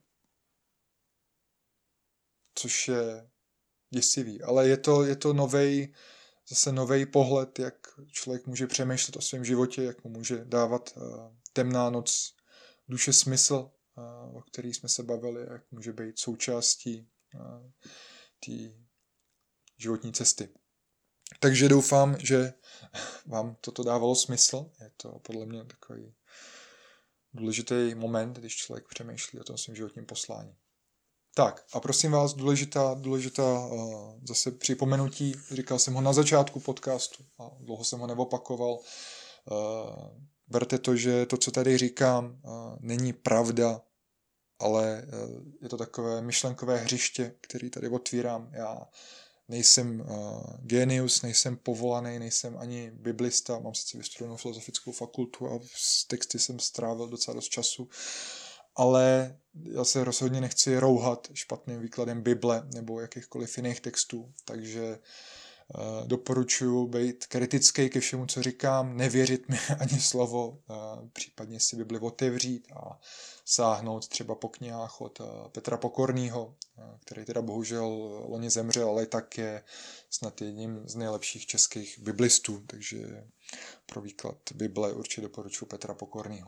Což je děsivý. Ale je to novej pohled, jak člověk může přemýšlet o svém životě, jak mu může dávat temná noc duše smysl, o který jsme se bavili, jak může být součástí té životní cesty. Takže doufám, že vám toto dávalo smysl. Je to podle mě takový důležitý moment, když člověk přemýšlí o tom svém životním poslání. Tak a prosím vás, důležitá zase připomenutí, říkal jsem ho na začátku podcastu a dlouho jsem ho neopakoval. Berte to, že to, co tady říkám, není pravda, ale je to takové myšlenkové hřiště, který tady otvírám. Já nejsem genius, nejsem povolaný, nejsem ani biblista, mám sice vystudovanou filozofickou fakultu a s texty jsem strávil docela dost času, ale já se rozhodně nechci rouhat špatným výkladem Bible nebo jakýchkoliv jiných textů, takže Doporučuji být kritický ke všemu, co říkám, nevěřit mi ani slovo, případně si Bibli otevřít a sáhnout třeba po knihách od Petra Pokornýho, který teda bohužel loni zemřel, ale tak je snad jedním z nejlepších českých biblistů, takže pro výklad Bible určitě doporučuji Petra Pokornýho.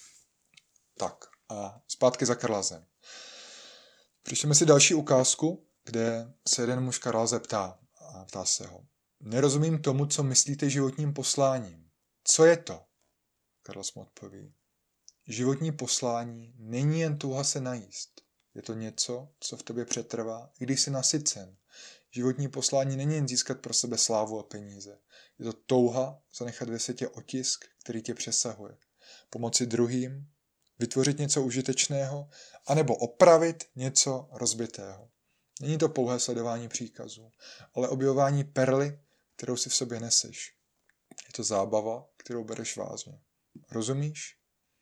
Tak a zpátky za Karlazem. Přišli si další ukázku, kde se jeden muž Karlaze ptá se ho. Nerozumím tomu, co myslíte životním posláním. Co je to? Karlas mu odpoví. Životní poslání není jen touha se najíst. Je to něco, co v tobě přetrvá, i když jsi nasycen. Životní poslání není jen získat pro sebe slávu a peníze. Je to touha zanechat ve světě otisk, který tě přesahuje. Pomoci druhým, vytvořit něco užitečného, anebo opravit něco rozbitého. Není to pouhé sledování příkazů, ale objevování perly, kterou si v sobě neseš. Je to zábava, kterou bereš vážně. Rozumíš?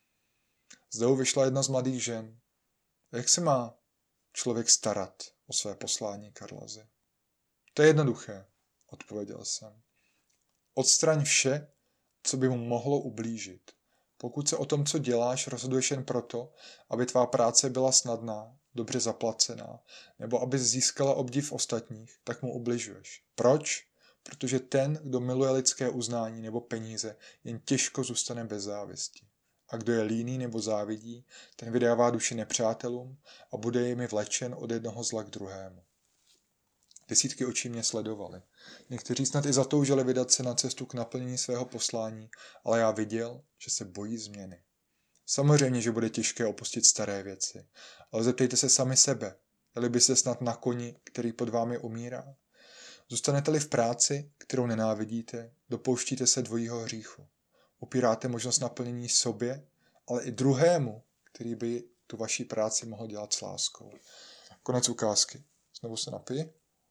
Zde vyšla jedna z mladých žen. Jak se má člověk starat o své poslání, Karlazi? To je jednoduché, odpověděl jsem. Odstraň vše, co by mu mohlo ublížit. Pokud se o tom, co děláš, rozhoduješ jen proto, aby tvá práce byla snadná, dobře zaplacená, nebo aby získala obdiv ostatních, tak mu ubližuješ. Proč? Protože ten, kdo miluje lidské uznání nebo peníze, jen těžko zůstane bez závisti. A kdo je líný nebo závidí, ten vydává duši nepřátelům a bude jimi vlečen od jednoho zla k druhému. Desítky očí mě sledovaly. Někteří snad i zatoužili vydat se na cestu k naplnění svého poslání, ale já viděl, že se bojí změny. Samozřejmě, že bude těžké opustit staré věci, ale zeptejte se sami sebe, jeli byste snad na koni, který pod vámi umírá? Zůstanete-li v práci, kterou nenávidíte, dopouštíte se dvojího hříchu. Upíráte možnost naplnění sobě, ale i druhému, který by tu vaší práci mohl dělat s láskou. Konec ukázky. Znovu se napij.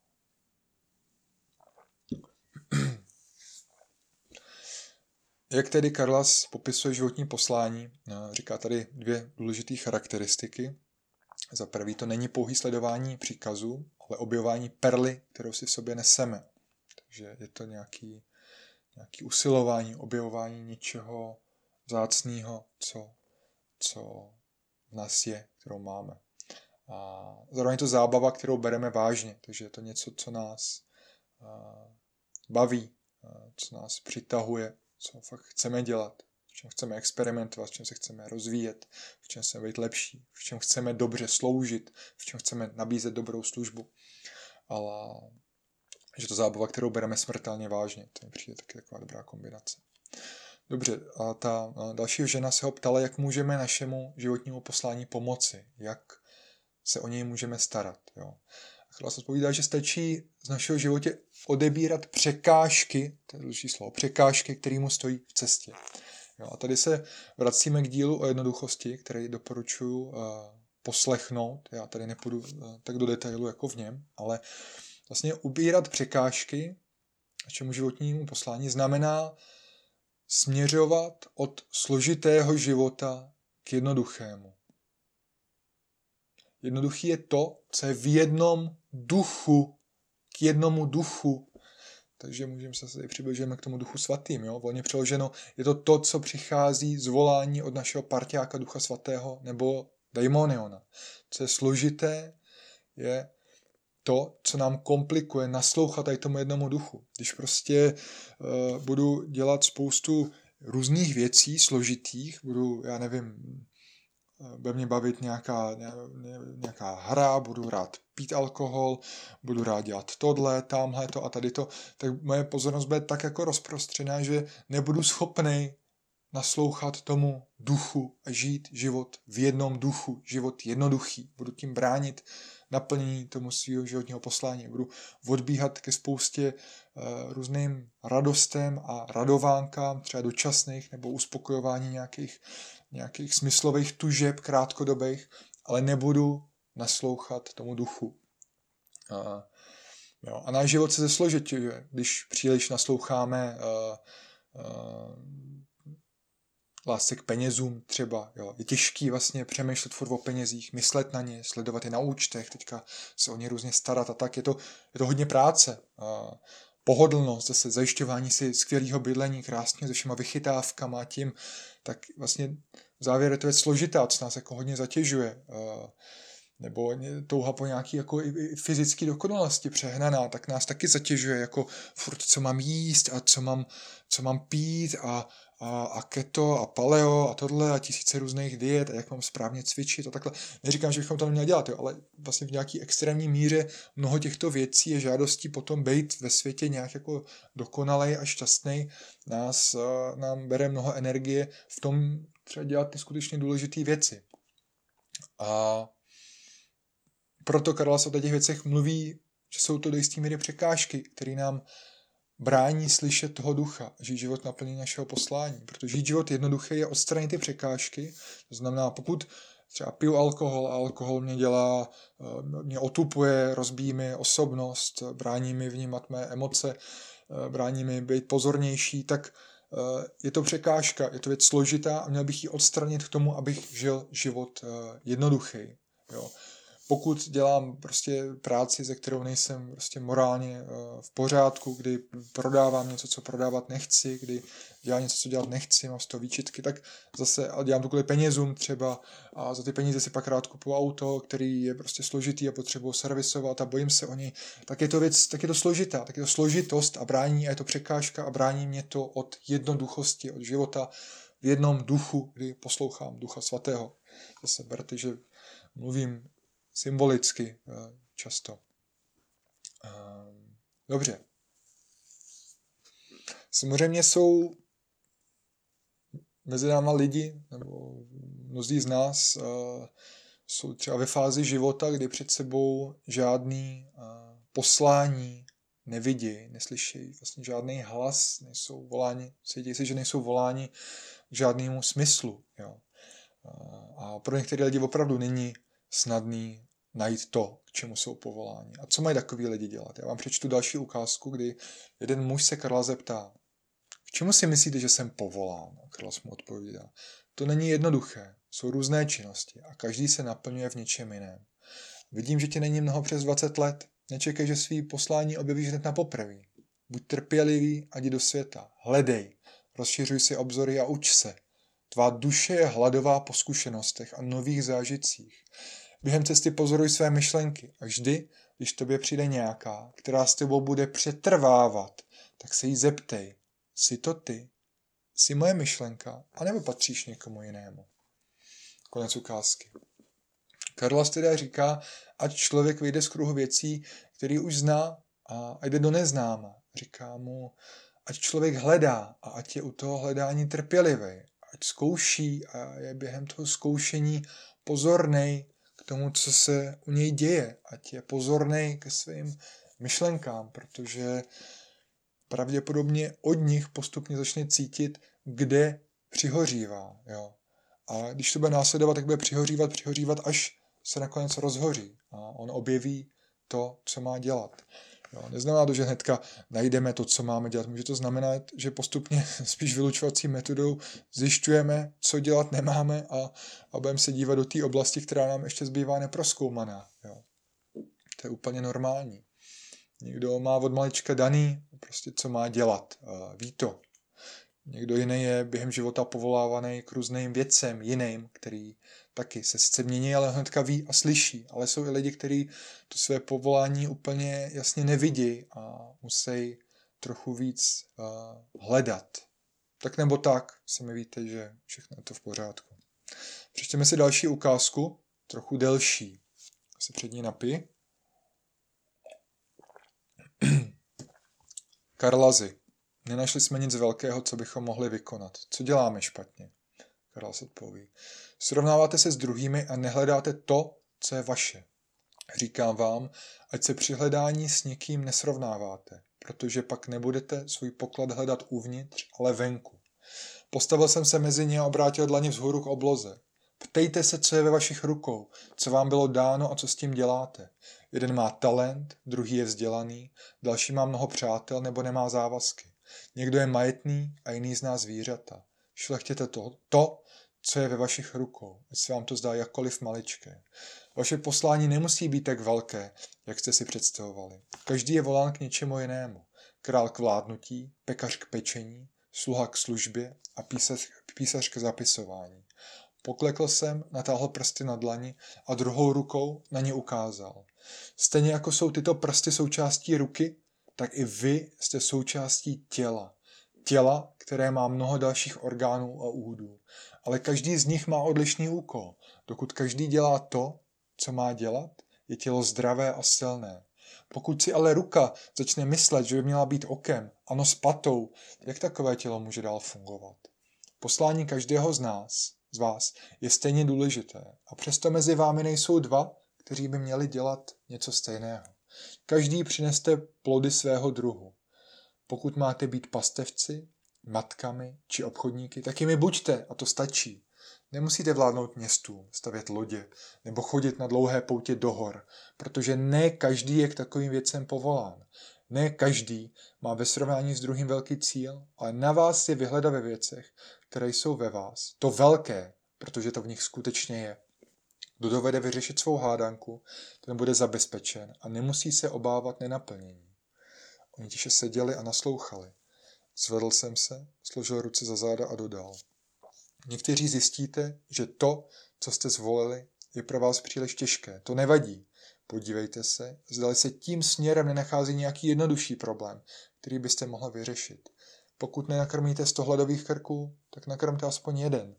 Jak tedy Karlas popisuje životní poslání? Říká tady dvě důležité charakteristiky. Za prvý, to není pouhý sledování příkazů, ale objevování perly, kterou si v sobě neseme. Takže je to nějaký usilování, objevování něčeho vzácného, co v nás je, kterou máme. A zároveň je to zábava, kterou bereme vážně, takže je to něco, co nás baví, co nás přitahuje, co fakt chceme dělat, v čem chceme experimentovat, v čem se chceme rozvíjet, v čem chceme být lepší, v čem chceme dobře sloužit, v čem chceme nabízet dobrou službu. Ale že to zábava, kterou bereme smrtelně vážně, to mi přijde taky taková dobrá kombinace. Dobře, a ta další žena se ho ptala, jak můžeme našemu životnímu poslání pomoci, jak se o něj můžeme starat. Jo. A Karlas odpovídá, že stačí z našeho životě odebírat překážky, to je důležité slovo, překážky, které mu stojí v cestě. Jo, a tady se vracíme k dílu o jednoduchosti, který doporučuji poslechnout. Já tady nepůjdu tak do detailu jako v něm, ale vlastně ubírat překážky našemu životnímu poslání znamená směřovat od složitého života k jednoduchému. Jednoduchý je to, co je v jednom duchu, k jednomu duchu. Takže můžeme se tady přibližujeme k tomu duchu svatým. Jo? Volně přeloženo, je to, co přichází z volání od našeho parťáka ducha svatého nebo daimoniona. Co je složité, je to, co nám komplikuje naslouchat tady tomu jednomu duchu. Když prostě budu dělat spoustu různých věcí složitých, bude mě bavit nějaká hra, budu rád pít alkohol, budu rád dělat tohle, tamhle to a tady to, tak moje pozornost bude tak jako rozprostřená, že nebudu schopnej naslouchat tomu duchu a žít život v jednom duchu, život jednoduchý. Budu tím bránit naplnění tomu svého životního poslání. Budu odbíhat ke spoustě různým radostem a radovánkám, třeba dočasných nebo uspokojování nějakých smyslových tužeb krátkodobých, ale nebudu naslouchat tomu duchu. A náš život se zesložituje, když příliš nasloucháme lásce k penězům třeba. Jo. Je těžký vlastně přemýšlet furt o penězích, myslet na ně, sledovat je na účtech, teďka se o ně různě starat a tak. Je to hodně práce. pohodlnost, zase zajišťování si skvělého bydlení, krásně se všema vychytávkama a tím, tak vlastně v závěru je to věc složitá, co nás jako hodně zatěžuje. Nebo touha po nějaký jako i fyzické dokonalosti přehnaná, tak nás taky zatěžuje, jako furt, co mám jíst a co mám pít a keto a paleo a tohle a tisíce různých diet a jak mám správně cvičit a takhle. Neříkám, že bychom to neměli dělat, jo, ale vlastně v nějaký extrémní míře mnoho těchto věcí je žádostí potom být ve světě nějak jako dokonalej a šťastnej. Nám bere mnoho energie v tom třeba dělat ty skutečně důležité věci. A proto Karlas o těch věcech mluví, že jsou to do jistý míry překážky, které nám brání slyšet toho ducha, žít život naplnění našeho poslání. Protože žít život jednoduché je odstranit ty překážky. To znamená, pokud třeba piju alkohol a alkohol mě otupuje, rozbíjí mi osobnost, brání mi vnímat mé emoce, brání mi být pozornější, tak je to překážka, je to věc složitá a měl bych ji odstranit k tomu, abych žil život jednoduchý. Jo. Pokud dělám prostě práci, ze kterou nejsem prostě morálně v pořádku, kdy prodávám něco, co prodávat nechci, kdy dělám něco, co dělat nechci, mám z toho výčitky, tak zase dělám to kvůli penězům třeba a za ty peníze si pak rád kupuju auto, který je prostě složitý a potřebuji servisovat a bojím se o něj, tak je to věc, tak je to složitá, tak je to složitost a brání a je to překážka a brání mě to od jednoduchosti, od života v jednom duchu, kdy poslouchám Ducha Svatého. Zase berte, že mluvím symbolicky často. Dobře. Samozřejmě jsou mezi náma lidi, nebo mnozí z nás jsou třeba ve fázi života, kdy před sebou žádný poslání nevidí, neslyší vlastně žádný hlas, nejsou voláni, cítí si, že nejsou voláni k žádnému smyslu. Jo. A pro některé lidi opravdu není snadný najít to, k čemu jsou povoláni. A co mají takový lidi dělat? Já vám přečtu další ukázku, kdy jeden muž se Karla zeptá, k čemu si myslíte, že jsem povolán? A Karlas mu odpovídá, to není jednoduché, jsou různé činnosti a každý se naplňuje v něčem jiném. Vidím, že ti není mnoho přes 20 let, nečekej, že svý poslání objevíš hned na poprvé. Buď trpělivý a jdi do světa, hledej, rozšiřuj si obzory a uč se. Tvá duše je hladová po zkušenostech a nových zážitcích. Během cesty pozoruj své myšlenky a vždy, když tobě přijde nějaká, která s tebou bude přetrvávat, tak se jí zeptej, jsi to ty? Jsi moje myšlenka? A nebo patříš někomu jinému? Konec ukázky. Karlas teda říká, ať člověk vyjde z kruhu věcí, který už zná a jde do neznáma. Říká mu, ať člověk hledá a ať je u toho hledání trpělivý. Ať zkouší a je během toho zkoušení pozornej k tomu, co se u něj děje. Ať je pozornej ke svým myšlenkám, protože pravděpodobně od nich postupně začne cítit, kde přihořívá. Jo. A když to bude následovat, tak bude přihořívat, až se nakonec rozhoří. A on objeví to, co má dělat. Jo, neznamená to, že hnedka najdeme to, co máme dělat. Může to znamenat, že postupně spíš vylučovací metodou zjišťujeme, co dělat nemáme a budeme se dívat do té oblasti, která nám ještě zbývá neprozkoumaná. Jo. To je úplně normální. Někdo má od malička daný, prostě co má dělat. Ví to. Někdo jiný je během života povolávaný k různým věcem, jiným, který taky se sice mění, ale hnedka ví a slyší. Ale jsou i lidi, kteří to své povolání úplně jasně nevidí a musí trochu víc hledat. Tak nebo tak, sami víte, že všechno je to v pořádku. Přečteme si další ukázku, trochu delší. Se před ní napij. Karlazy. Nenašli jsme nic velkého, co bychom mohli vykonat. Co děláme špatně? Karlas odpoví. Srovnáváte se s druhými a nehledáte to, co je vaše. Říkám vám, ať se při hledání s někým nesrovnáváte, protože pak nebudete svůj poklad hledat uvnitř, ale venku. Postavil jsem se mezi ně a obrátil dlaně vzhůru k obloze. Ptejte se, co je ve vašich rukou, co vám bylo dáno a co s tím děláte. Jeden má talent, druhý je vzdělaný, další má mnoho přátel nebo nemá závazky. Někdo je majetný a jiný zná zvířata. Šlechtěte to, co je ve vašich rukou, ať se vám to zdá jakkoliv maličké. Vaše poslání nemusí být tak velké, jak jste si představovali. Každý je volán k něčemu jinému. král k vládnutí, pekař k pečení, sluha k službě a písař k zapisování. Poklekl jsem, natáhl prsty na dlani a druhou rukou na ně ukázal. Stejně jako jsou tyto prsty součástí ruky, tak i vy jste součástí těla. Těla, které má mnoho dalších orgánů a údů. Ale každý z nich má odlišný úkol. Dokud každý dělá to, co má dělat, je tělo zdravé a silné. Pokud si ale ruka začne myslet, že by měla být okem a nos patou, jak takové tělo může dál fungovat? Poslání každého z vás je stejně důležité a přesto mezi vámi nejsou dva, kteří by měli dělat něco stejného. Každý přineste plody svého druhu. Pokud máte být pastevci, matkami či obchodníky, tak jimi buďte a to stačí. Nemusíte vládnout městům, stavět lodě nebo chodit na dlouhé poutě do hor, protože ne každý je k takovým věcem povolán. Ne každý má ve srovnání s druhým velký cíl, ale na vás je vyhledat ve věcech, které jsou ve vás. To velké, protože to v nich skutečně je. Kdo dovede vyřešit svou hádanku, ten bude zabezpečen a nemusí se obávat nenaplnění. Oni tiše seděli a naslouchali. Zvedl jsem se, složil ruce za záda a dodal. Někteří zjistíte, že to, co jste zvolili, je pro vás příliš těžké. To nevadí. Podívejte se, zdali se tím směrem nenachází nějaký jednodušší problém, který byste mohli vyřešit. Pokud nenakrmíte 100 hladových krků, tak nakrmte aspoň jeden.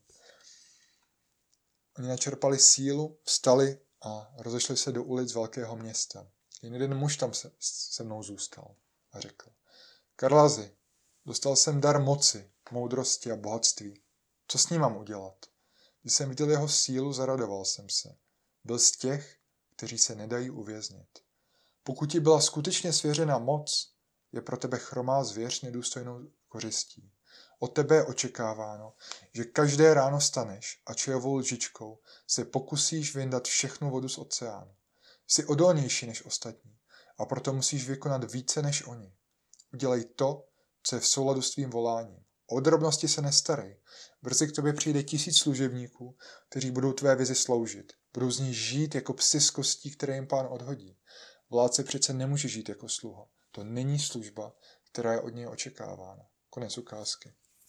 Oni načerpali sílu, vstali a rozešli se do ulic velkého města. Jen jeden muž tam se mnou zůstal a řekl. Karlazi, dostal jsem dar moci, moudrosti a bohatství. Co s ním mám udělat? Když jsem viděl jeho sílu, zaradoval jsem se. Byl z těch, kteří se nedají uvěznit. Pokud ti byla skutečně svěřena moc, je pro tebe chromá zvěř nedůstojnou kořistí. Od tebe je očekáváno, že každé ráno staneš a čajovou lžičkou se pokusíš vyndat všechnu vodu z oceánu. Jsi odolnější než ostatní a proto musíš vykonat více než oni. Udělej to, co je v souladu s tvým voláním. O drobnosti se nestarej. Brzy k tobě přijde 1000 služebníků, kteří budou tvé vizi sloužit. Budou z ní žít jako psi z kostí, které jim pán odhodí. Vládce přece nemůže žít jako sluha. To není služba, která je od něj očekávána. Konec ukázky.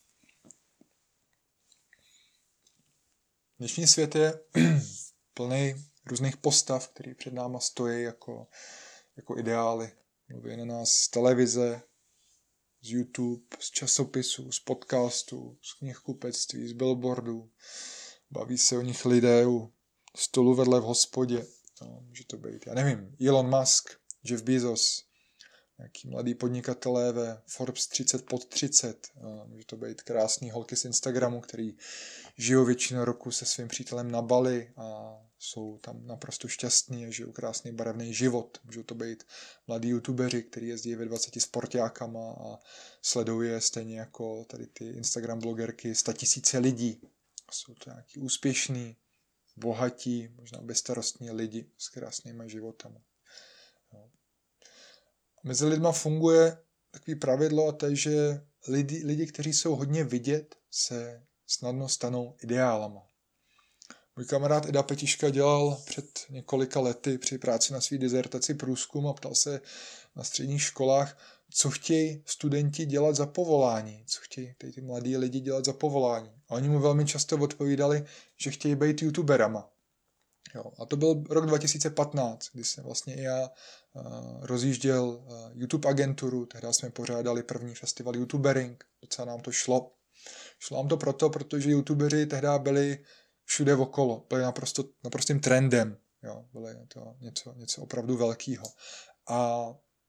Dnešní svět je plný různých postav, které před náma stojí jako ideály. Mluví na nás z televize, z YouTube, z časopisů, z podcastů, z knihkupectví, z billboardů. Baví se o nich lidé u stolu vedle v hospodě. No, může to být, já nevím, Elon Musk, Jeff Bezos, nějaký mladý podnikatelé ve Forbes 30 pod 30. Může to být krásný holky z Instagramu, který žijou většinu roku se svým přítelem na Bali a jsou tam naprosto šťastní a žijou krásný barevný život. Můžou to být mladí youtubeři, kteří jezdí ve 20 sportákama a sleduje stejně jako tady ty Instagram blogerky 100 000 lidí. Jsou to nějaký úspěšní, bohatí, možná bezstarostní lidi s krásnýma životama. No. Mezi lidma funguje takový pravidlo a to je, že lidi, kteří jsou hodně vidět, se snadno stanou ideálama. Můj kamarád Eda Petiška dělal před několika lety při práci na své dizertaci průzkum a ptal se na středních školách, co chtějí studenti dělat za povolání, co chtějí ty mladí lidi dělat za povolání. A oni mu velmi často odpovídali, že chtějí být youtuberama. Jo, a to byl rok 2015, kdy jsem vlastně i já rozjížděl YouTube agenturu, tehdy jsme pořádali první festival YouTubering, docela nám to šlo. Šlo nám to protože youtubeři tehdy byli všude okolo, byli naprostým trendem, jo, byly to něco opravdu velkého. A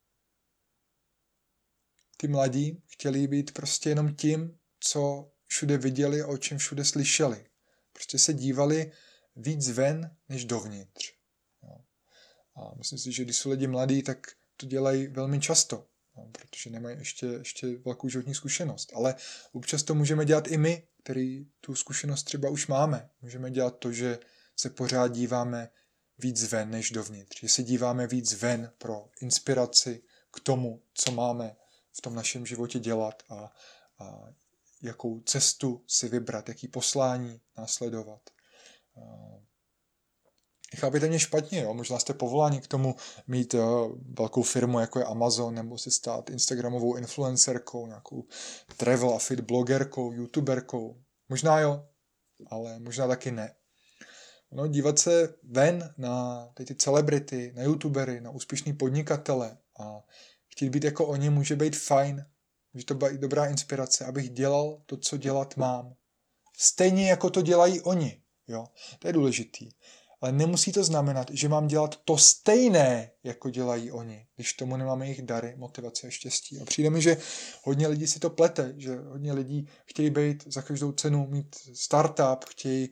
ty mladí chtěli být prostě jenom tím, co všude viděli a o čem všude slyšeli. Prostě se dívali víc ven, než dovnitř. Jo. A myslím si, že když jsou lidi mladí, tak to dělají velmi často, jo, protože nemají ještě velkou životní zkušenost. Ale občas to můžeme dělat i my, který tu zkušenost třeba už máme. Můžeme dělat to, že se pořád díváme víc ven, než dovnitř. Že se díváme víc ven pro inspiraci k tomu, co máme v tom našem životě dělat a jakou cestu si vybrat, jaký poslání následovat. Nechápejte mě špatně, jo? Možná jste povoláni k tomu mít velkou firmu, jako je Amazon, nebo se stát instagramovou influencerkou, nějakou travel a fit blogerkou, youtuberkou. Možná jo, ale možná taky ne. No, dívat se ven na ty celebrity, na youtubery, na úspěšný podnikatele a chtít být jako oni může být fajn, že to byla i dobrá inspirace, abych dělal to, co dělat mám. Stejně jako to dělají oni. Jo? To je důležitý. Ale nemusí to znamenat, že mám dělat to stejné, jako dělají oni, když tomu nemáme jejich dary, motivace a štěstí. A přijde mi, že hodně lidí si to plete, že hodně lidí chtějí být za každou cenu, mít startup, chtějí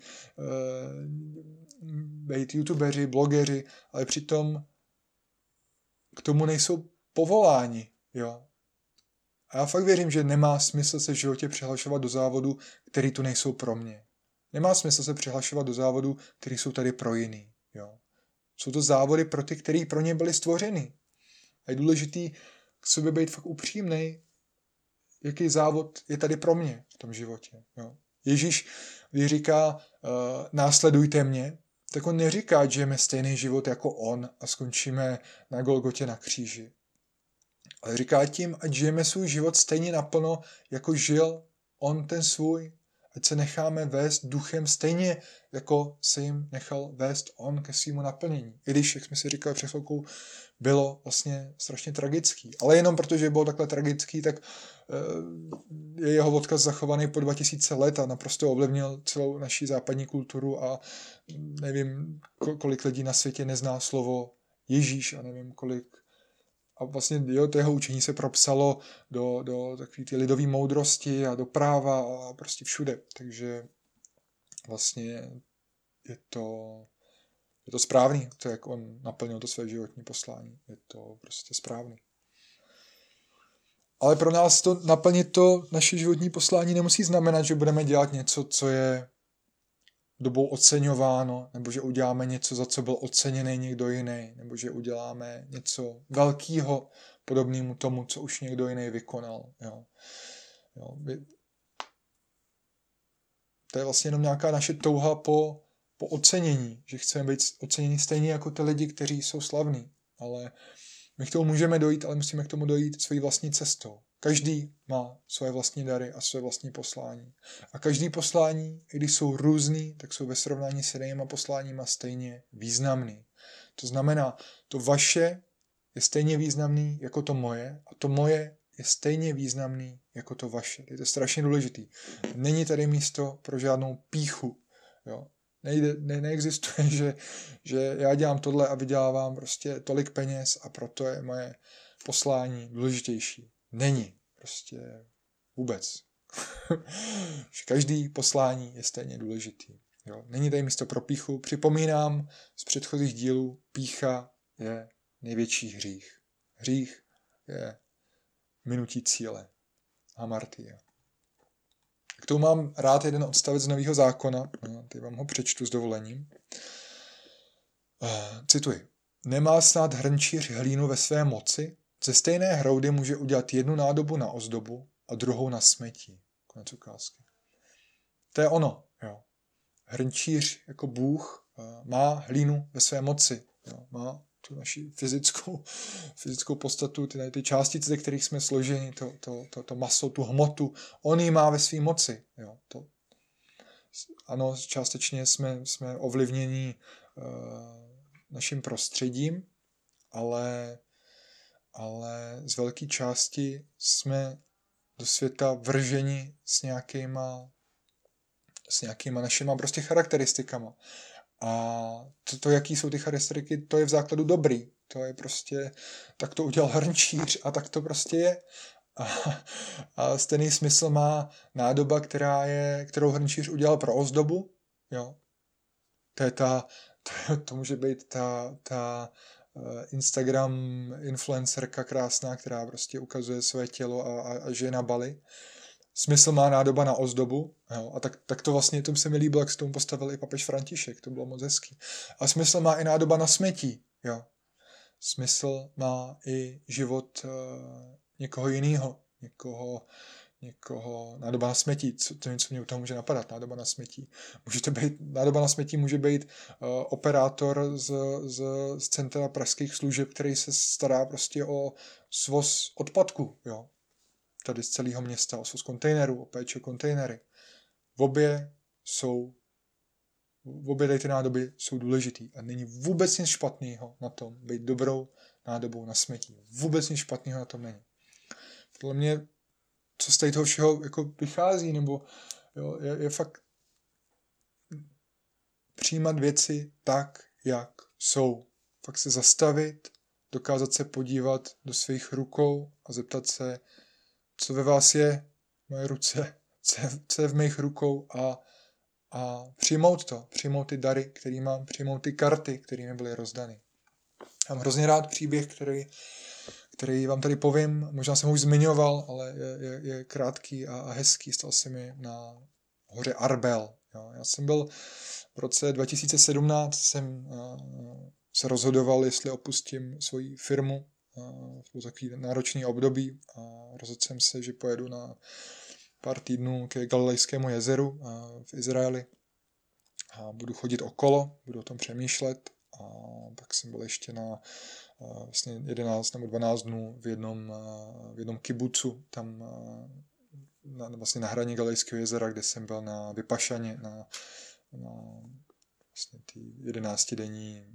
být youtubeři, blogeři, ale přitom k tomu nejsou povoláni. Jo? A já fakt věřím, že nemá smysl se v životě přihlašovat do závodu, který tu nejsou pro mě. Nemá smysl se přihlašovat do závodu, který jsou tady pro jiný. Jo. Jsou to závody pro ty, který pro ně byly stvořeny. A je důležitý k sobě být fakt upřímnej, jaký závod je tady pro mě v tom životě. Jo. Ježíš, když říká následujte mě, tak on neříká, že žijeme stejný život jako on a skončíme na Golgotě na kříži. Ale říká tím, ať žijeme svůj život stejně naplno, jako žil on ten svůj. Ať se necháme vést duchem stejně, jako se jim nechal vést on ke svému naplnění. I když, jak jsme si říkali před chvilkou, bylo vlastně strašně tragický. Ale jenom protože bylo takhle tragický, tak je jeho odkaz zachovaný po 2000 let a naprosto ovlivnil celou naši západní kulturu a nevím, kolik lidí na světě nezná slovo Ježíš a nevím, kolik. A vlastně to jeho učení se propsalo do takové ty lidové moudrosti a do práva a prostě všude. Takže vlastně je to správný, to jak on naplnil to své životní poslání. Je to prostě správný. Ale pro nás to naplnit to naše životní poslání nemusí znamenat, že budeme dělat něco, co je dobou oceňováno, nebo že uděláme něco, za co byl oceněný někdo jiný, nebo že uděláme něco velkého, podobnému tomu, co už někdo jiný vykonal. Jo. To je vlastně jenom nějaká naše touha po ocenění, že chceme být oceněni stejně jako ty lidi, kteří jsou slavní. Ale my k tomu můžeme dojít, ale musíme k tomu dojít svojí vlastní cestou. Každý má svoje vlastní dary a svoje vlastní poslání. A každý poslání, i když jsou různý, tak jsou ve srovnání s jinýma posláníma stejně významný. To znamená, to vaše je stejně významný jako to moje a to moje je stejně významný jako to vaše. To je strašně důležitý. Není tady místo pro žádnou pýchu. Jo. Neexistuje, že já dělám tohle a vydělávám prostě tolik peněz a proto je moje poslání důležitější. Není. Prostě vůbec. Každý poslání je stejně důležitý. Jo. Není tady místo pro pýchu. Připomínám z předchozích dílů, pýcha je největší hřích. Hřích je minutí cíle. Hamartia. K tomu mám rád jeden odstavec z Nového zákona. Teď vám ho přečtu s dovolením. Cituji. Nemá snad hrnčíř hlínu ve své moci? Ze stejné hroudy může udělat jednu nádobu na ozdobu a druhou na smetí. Konec ukázky. To je ono. Jo. Hrnčíř jako Bůh má hlínu ve své moci. Jo. Má tu naši fyzickou podstatu, ty částice, ze kterých jsme složeni, to maso, tu hmotu, on ji má ve své moci. Jo. Ano, částečně jsme ovlivněni naším prostředím, ale z velké části jsme do světa vrženi s nějakýma našima prostě charakteristikama. A to, jaký jsou ty charakteristiky, to je v základu dobrý. To je prostě, tak to udělal hrnčíř a tak to prostě je. A stejný smysl má nádoba, kterou hrnčíř udělal pro ozdobu. Jo. To může být ta Instagram influencerka krásná, která prostě ukazuje své tělo a žije na Bali. Smysl má nádoba na ozdobu. Jo, a tak to vlastně, to se mi líbilo, jak se tomu postavil i papež František, to bylo moc hezký. A smysl má i nádoba na smetí. Jo. Smysl má i život někoho jiného, někoho nádoba na smetí, to něco mě u toho může napadat, nádoba na smetí. Nádoba na smetí může být operátor z centra pražských služeb, který se stará prostě o svoz odpadku, jo. Tady z celého města, o svoz kontejnerů, o péči o kontejnery. Obě ty nádoby jsou důležitý a není vůbec nic špatného na tom být dobrou nádobou na smetí. Vůbec nic špatného na tom není. Podle mě, co z toho všeho jako vychází, nebo jo, je fakt přijímat věci tak, jak jsou. Fakt se zastavit, dokázat se podívat do svých rukou a zeptat se, co ve vás je, moje ruce, co je v mých rukou a přijmout ty dary, který mám, přijmout ty karty, které mi byly rozdany. Mám hrozně rád příběh, který vám tady povím, možná jsem ho už zmiňoval, ale je krátký a hezký, stal se mi na hoře Arbel. Jo. Já jsem byl v roce 2017, jsem se rozhodoval, jestli opustím svoji firmu, to bylo takový náročný období a rozhodl jsem se, že pojedu na pár týdnů ke Galilejskému jezeru v Izraeli a budu chodit okolo, budu o tom přemýšlet a pak jsem byl ještě na vlastně 11 nebo 12 dnů v jednom kibucu, tam vlastně na hraně Galilejského jezera, kde jsem byl na Vypašaně, na vlastně ty 11denní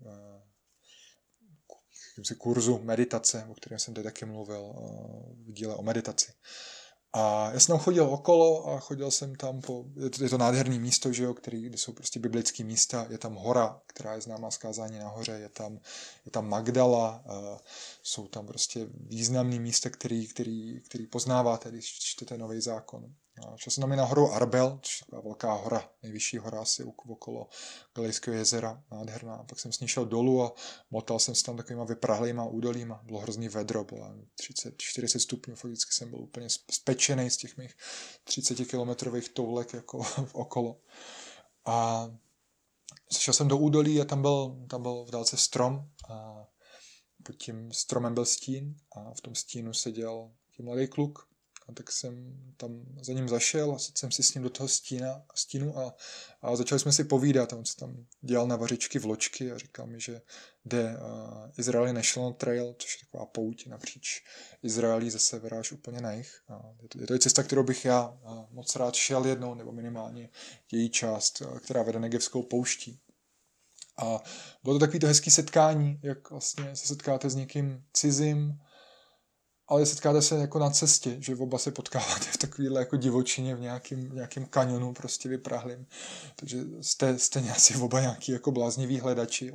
kurzu meditace, o kterém jsem tady taky mluvil v díle o meditaci. A já jsem tam chodil okolo a chodil jsem tam je to nádherný místo, že jo, kde jsou prostě biblické místa, je tam hora, která je známá z kázání nahoře, je tam Magdala, jsou tam prostě významný místa, který poznáváte, když čtete Nový zákon. Šel jsem tam i na horu Arbel, což je taková velká hora, nejvyšší hora asi okolo Galilejského jezera, nádherná. Pak jsem s ní šel dolů a motal jsem se tam takovýma vyprahlýma údolíma. Bylo hrozný vedro, bylo 30-40 stupňů, fakticky jsem byl úplně spečený z těch mých 30-kilometrových toulek jako okolo. A šel jsem do údolí a tam byl v dálce strom a pod tím stromem byl stín a v tom stínu seděl mladý kluk. A tak jsem tam za ním zašel a jsem si s ním do toho stínu a začali jsme si povídat. On se tam dělal na vařičky vločky a říkal mi, že jde Israeli National Trail, což je taková pouť napříč Izraelí ze severa až úplně na jih. Je to cesta, kterou bych já moc rád šel jednou, nebo minimálně její část, která vede Negevskou pouští. A bylo to takový to hezký setkání, jak vlastně se setkáte s někým cizím, ale setkáte se jako na cestě, že oba se potkáváte v takovéhle jako divočině v nějakém kanionu prostě vyprahlým. Takže jste asi oba nějaký jako blázniví hledači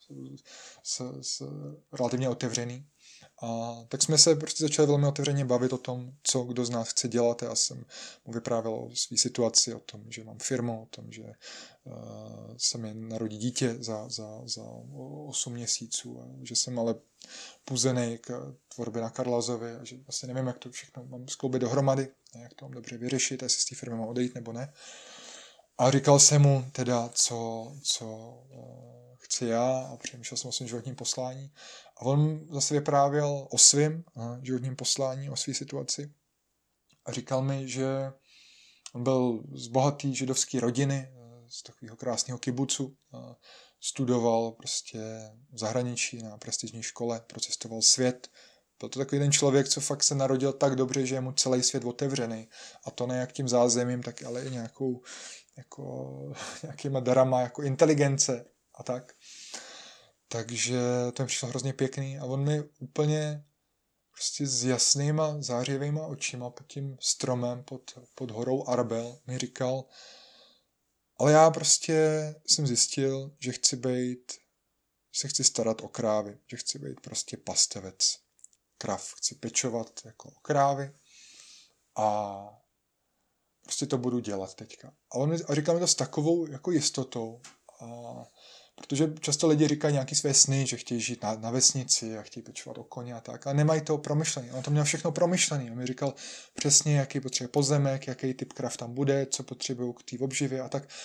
relativně otevřený. A tak jsme se prostě začali velmi otevřeně bavit o tom, co kdo z nás chce dělat. Já jsem mu vyprávěl o své situaci, o tom, že mám firmu, o tom, že se mi narodí dítě za 8 měsíců, a že jsem ale puzený k tvorbě na Karlazovi a že vlastně nevím, jak to všechno mám skloubit dohromady, jak to mám dobře vyřešit, jestli z té firmy mám odejít nebo ne. A říkal jsem mu teda, co chci já a přemýšlel jsem o svém životním poslání. A on zase vyprávěl o svém životním poslání, o své situaci. A říkal mi, že on byl z bohaté židovské rodiny, z takového krásného kibucu. Studoval prostě v zahraničí na prestižní škole, procestoval svět. Byl to takový ten člověk, co fakt se narodil tak dobře, že je mu celý svět otevřený. A to ne jak tím zázemím, tak ale i nějakýma darama, jako inteligence a tak. Takže to mi přišlo hrozně pěkný a on mi úplně prostě s jasnýma zářivýma očima pod tím stromem, pod horou Arbel mi říkal, ale já prostě jsem zjistil, že se chci starat o krávy, že chci být prostě pastevec krav, chci pečovat jako o krávy a prostě to budu dělat teďka. A říkal mi to s takovou jako jistotou, protože často lidi říkají nějaký své sny, že chtějí žít na vesnici a chtějí pečovat o koně a tak, a nemají to promyšlené. On to měl všechno promyšlené. On mi říkal přesně, jaký potřebuje pozemek, jaký typ krav tam bude, co potřebují k té obživě a tak.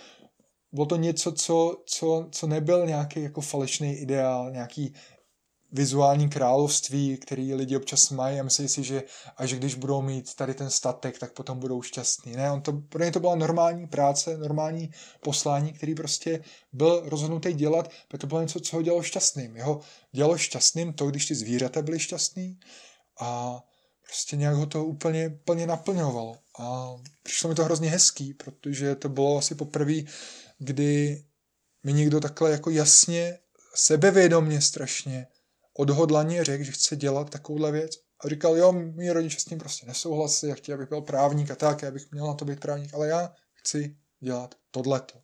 Bylo to něco, co nebyl nějaký jako falešný ideál, nějaký vizuální království, který lidi občas mají a myslí si, že až když budou mít tady ten statek, tak potom budou šťastní. Ne, pro ně to byla normální práce, normální poslání, který prostě byl rozhodnutý dělat, protože to bylo něco, co ho dělalo šťastným. Jeho dělalo šťastným to, když ty zvířata byly šťastný a prostě nějak ho to úplně naplňovalo. A přišlo mi to hrozně hezký, protože to bylo asi poprvé, kdy mi někdo takhle jako jasně, sebevědomně strašně odhodlaně řekl, že chce dělat takovouhle věc. A říkal, jo, mý rodiče s tím prostě nesouhlasí, já chtěl, abych byl právník a tak, já bych měl na to být právník, ale já chci dělat tohleto.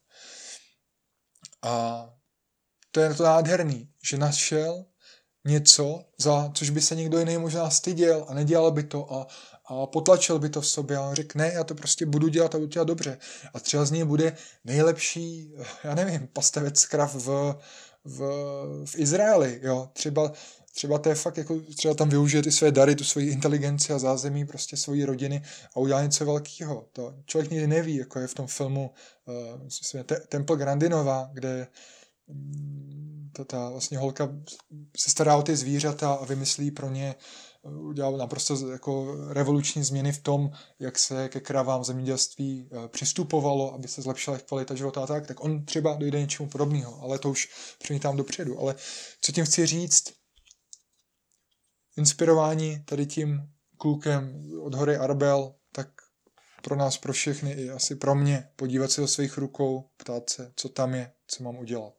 A to je to nádherný, že našel něco, za což by se někdo jiný možná styděl a nedělal by to a potlačil by to v sobě a řekl, ne, já to prostě budu dělat a budu dělat dobře. A třeba z něj bude nejlepší, já nevím, pastevec krav v Izraeli, jo, třeba to je fakt jako, třeba tam využije ty své dary, tu svoji inteligenci a zázemí prostě svojí rodiny a udělá něco velkého. To člověk nikdy neví, jako je v tom filmu Temple Grandinova, kde ta vlastně holka se stará o ty zvířata a vymyslí pro ně, udělal naprosto jako revoluční změny v tom, jak se ke kravám v zemědělství přistupovalo, aby se zlepšila kvalita života a tak on třeba dojde něčemu podobného, ale to už přemítám dopředu. Ale co tím chci říct, inspirování tady tím klukem od hory Arbel, tak pro nás, pro všechny i asi pro mě, podívat se do svých rukou, ptát se, co tam je, co mám udělat.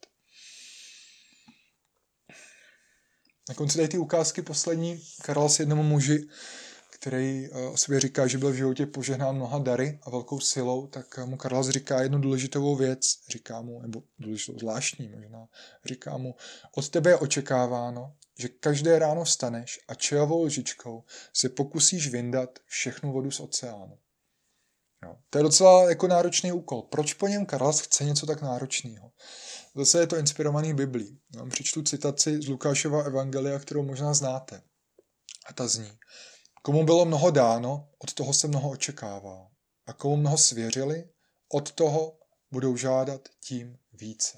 Na konci tady ty ukázky poslední, Karlas jednomu muži, který o sobě říká, že byl v životě požehnán mnoha dary a velkou silou, tak mu Karlas říká jednu důležitou věc, říká mu, nebo důležitou zvláštní možná, říká mu, od tebe je očekáváno, že každé ráno vstaneš a čajovou lžičkou se pokusíš vyndat všechnu vodu z oceánu. Jo. To je docela jako náročný úkol. Proč po něm Karlas chce něco tak náročného? Zase je to inspirovaný Biblí. Já přečtu citaci z Lukášova evangelia, kterou možná znáte. A ta zní. Komu bylo mnoho dáno, od toho se mnoho očekává. A komu mnoho svěřili, od toho budou žádat tím více.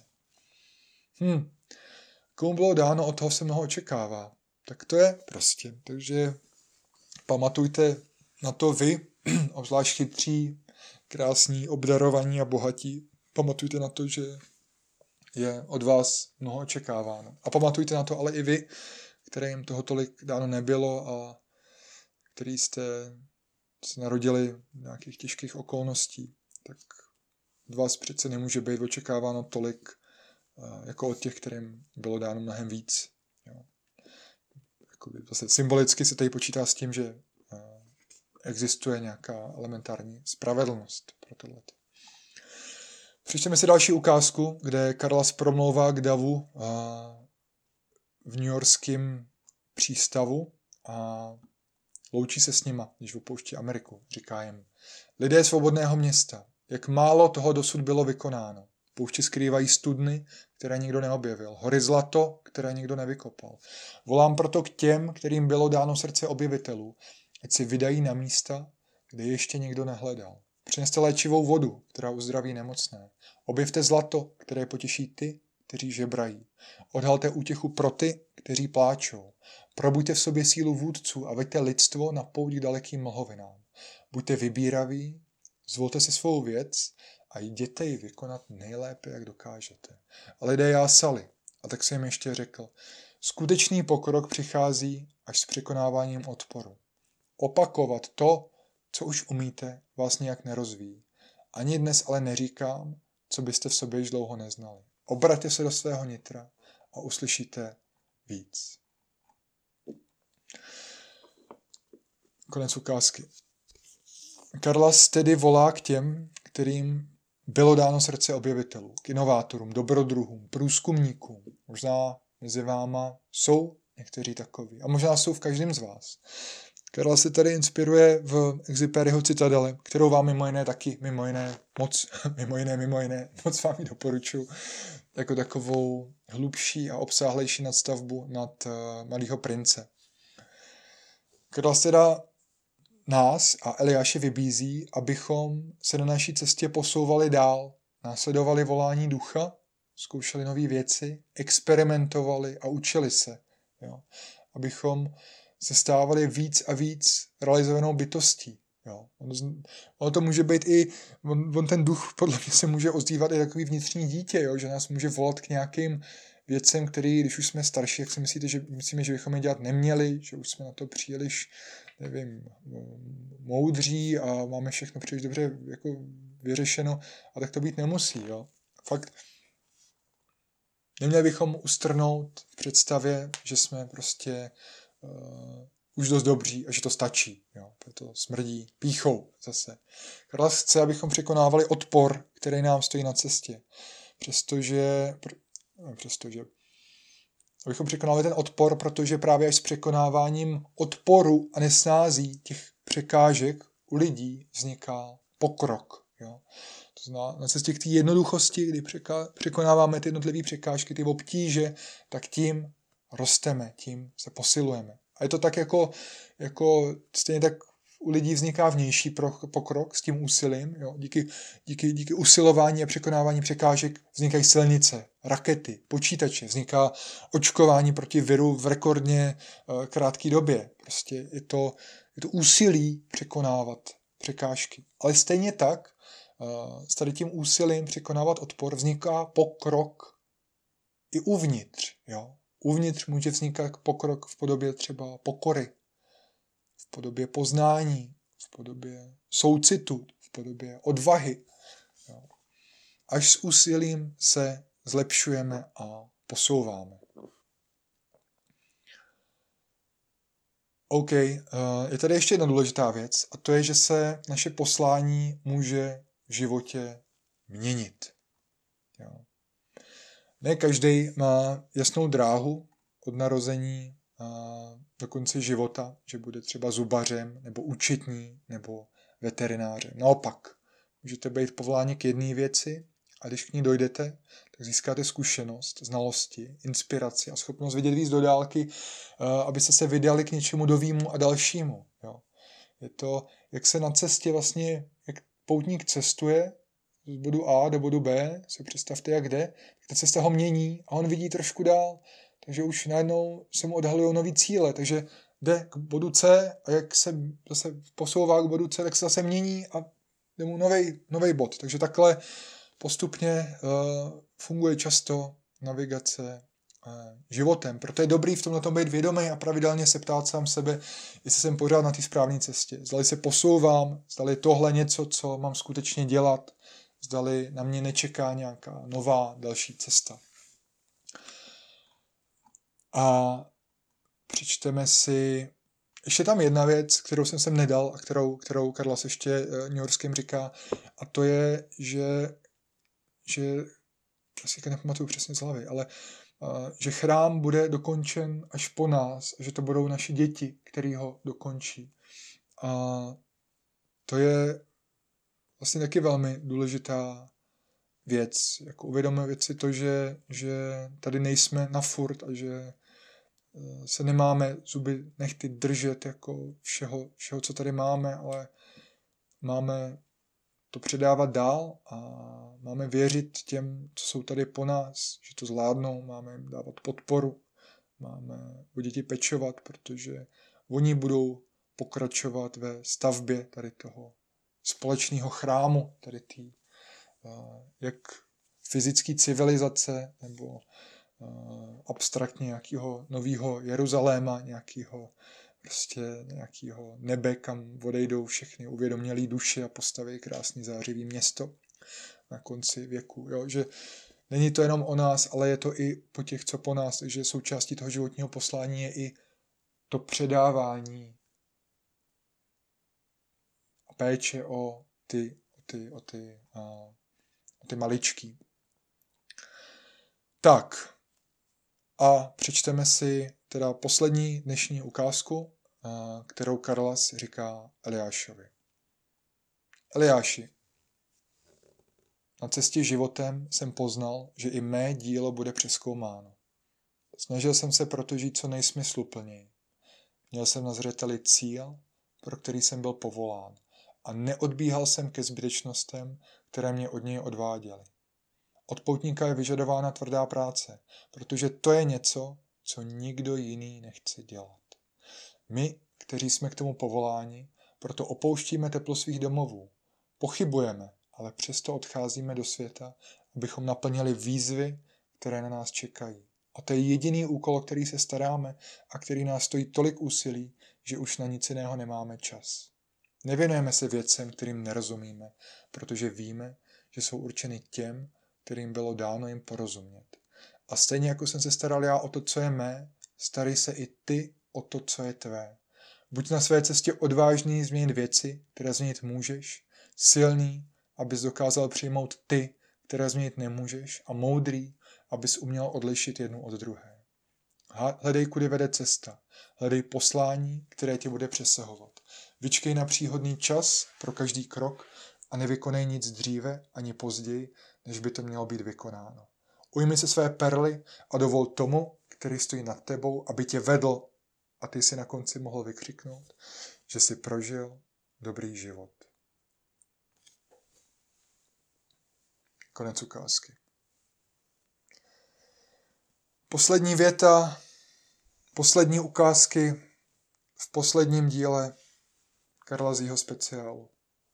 Komu bylo dáno, od toho se mnoho očekává. Tak to je prostě. Takže pamatujte na to vy, obzvlášť chytří, krásní, obdarovaní a bohatí. Pamatujte na to, že je od vás mnoho očekáváno. A pamatujte na to ale i vy, kterým toho tolik dáno nebylo a který jste se narodili v nějakých těžkých okolností, tak od vás přece nemůže být očekáváno tolik, jako od těch, kterým bylo dáno mnohem víc. Jo. Zase symbolicky se tady počítá s tím, že existuje nějaká elementární spravedlnost pro tohleto. Přečteme si další ukázku, kde Karlas promlouvá k davu v newyorském přístavu a loučí se s nima, když opouští Ameriku. Říká jim, lidé svobodného města, jak málo toho dosud bylo vykonáno. Pouště skrývají studny, které nikdo neobjevil, hory zlato, které nikdo nevykopal. Volám proto k těm, kterým bylo dáno srdce objevitelů, ať si vydají na místa, kde ještě nikdo nehledal. Přineste léčivou vodu, která uzdraví nemocné. Objevte zlato, které potěší ty, kteří žebrají. Odhalte útěchu pro ty, kteří pláčou. Probuďte v sobě sílu vůdců a veďte lidstvo na pouť k dalekým mlhovinám. Buďte vybíraví, zvolte si svou věc a jděte ji vykonat nejlépe, jak dokážete. A lidé jásali. A tak jsem jim ještě řekl, skutečný pokrok přichází až s překonáváním odporu. Opakovat to, co už umíte, vás nějak nerozvíjí. Ani dnes ale neříkám, co byste v sobě již dlouho neznali. Obraťte se do svého nitra a uslyšíte víc. Konec ukázky. Karlas tedy volá k těm, kterým bylo dáno srdce objevitelů, k inovátorům, dobrodruhům, průzkumníkům. Možná mezi váma jsou někteří takoví a možná jsou v každém z vás. Karlas se tady inspiruje v Exupéryho Citadele, kterou vám mimo jiné moc vám ji doporučuji, jako takovou hlubší a obsáhlejší nadstavbu nad Malýho prince. Karlas teda nás a Eliáše vybízí, abychom se na naší cestě posouvali dál, následovali volání ducha, zkoušeli nové věci, experimentovali a učili se. Jo? Abychom se stávali víc a víc realizovanou bytostí. Jo? Ono to může být i, on ten duch podle mě se může ozývat i takový vnitřní dítě, jo? Že nás může volat k nějakým věcem, který, když už jsme starší, jak si myslíme, že bychom je dělat neměli, že už jsme na to příliš, nevím, moudří a máme všechno příliš dobře jako vyřešeno, a tak to být nemusí. Jo? Fakt, neměli bychom ustrnout v představě, že jsme prostě už dost dobří a že to stačí. Jo? To smrdí pýchou zase. Karlas chce, abychom překonávali odpor, který nám stojí na cestě. Přestože abychom překonali ten odpor, protože právě až s překonáváním odporu a nesnází těch překážek u lidí vzniká pokrok. Jo? To znamená, na cestě k té jednoduchosti, kdy překonáváme ty jednotlivé překážky, ty obtíže, tak tím rosteme, tím se posilujeme. A je to tak jako stejně tak u lidí vzniká vnější pokrok s tím úsilím. Jo? Díky usilování a překonávání překážek vznikají silnice, rakety, počítače, vzniká očkování proti viru v rekordně krátké době. Prostě je to úsilí překonávat překážky. Ale stejně tak s tady tím úsilím překonávat odpor vzniká pokrok i uvnitř. Jo? Uvnitř může vznikat pokrok v podobě třeba pokory, v podobě poznání, v podobě soucitu, v podobě odvahy. Jo. Až s úsilím se zlepšujeme a posouváme. OK, je tady ještě jedna důležitá věc, a to je, že se naše poslání může v životě měnit. Jo. Ne každý má jasnou dráhu od narození do konce života, že bude třeba zubařem, nebo účetní, nebo veterinářem. Naopak, můžete být povoláni k jedné věci a když k ní dojdete, tak získáte zkušenost, znalosti, inspiraci a schopnost vidět víc do dálky, abyste se vydali k něčemu novému a dalšímu. Jo. Je to, jak se na cestě vlastně, jak poutník cestuje z bodu A do bodu B, si představte, jak jde, tak ta cesta ho mění a on vidí trošku dál. Takže už najednou se mu odhalují nový cíle, takže jde k bodu C a jak se zase posouvá k bodu C, tak se zase mění a jde mu nový bod. Takže takhle postupně funguje často navigace životem. Proto je dobrý v tomhle být vědomý a pravidelně se ptát sám sebe, jestli jsem pořád na té správné cestě. Zdali se posouvám, zdali je tohle něco, co mám skutečně dělat, zdali na mě nečeká nějaká nová další cesta. A přečteme si, ještě tam jedna věc, kterou jsem sem nedal a kterou Karlas ještě newyorským říká, a to je, že prostě nepamatuju přesně z hlavy, ale že chrám bude dokončen až po nás, že to budou naše děti, který ho dokončí. A to je vlastně taky velmi důležitá věc. Jako uvědomit si to, že tady nejsme na furt a že se nemáme zuby nechty držet jako všeho, co tady máme, ale máme to předávat dál a máme věřit těm, co jsou tady po nás, že to zvládnou, máme jim dávat podporu, máme o děti pečovat, protože oni budou pokračovat ve stavbě tady toho společného chrámu, tady tý, jak fyzické civilizace nebo abstraktně nějakého nového Jeruzaléma, nějakého nebe, kam odejdou všechny uvědomělé duše a postaví krásný zářivý město na konci věku. Jo? Že není to jenom o nás, ale je to i po těch, co po nás. Takže součástí toho životního poslání je i to předávání a péče o ty maličky. Tak. A přečteme si teda poslední dnešní ukázku, kterou Karlas říká Eliášovi. Eliáši, na cestě životem jsem poznal, že i mé dílo bude přezkoumáno. Snažil jsem se proto žít co nejsmysluplněji. Měl jsem na zřeteli cíl, pro který jsem byl povolán, a neodbíhal jsem ke zbytečnostem, které mě od něj odváděly. Od poutníka je vyžadována tvrdá práce, protože to je něco, co nikdo jiný nechce dělat. My, kteří jsme k tomu povoláni, proto opouštíme teplo svých domovů. Pochybujeme, ale přesto odcházíme do světa, abychom naplnili výzvy, které na nás čekají. A to je jediný úkol, o který se staráme a který nás stojí tolik úsilí, že už na nic jiného nemáme čas. Nevěnujeme se věcem, kterým nerozumíme, protože víme, že jsou určeny těm, kterým bylo dáno jim porozumět. A stejně jako jsem se staral já o to, co je mé, starej se i ty o to, co je tvé. Buď na své cestě odvážný změnit věci, které změnit můžeš, silný, abys dokázal přijmout ty, které změnit nemůžeš, a moudrý, abys uměl odlišit jednu od druhé. Hledej, kudy vede cesta. Hledej poslání, které tě bude přesahovat. Vyčkej na příhodný čas pro každý krok a nevykonej nic dříve ani později, než by to mělo být vykonáno. Ujmi se své perly a dovol tomu, který stojí nad tebou, aby tě vedl a ty si na konci mohl vykřiknout, že jsi prožil dobrý život. Konec ukázky. Poslední věta, poslední ukázky v posledním díle Karlazího speciálu.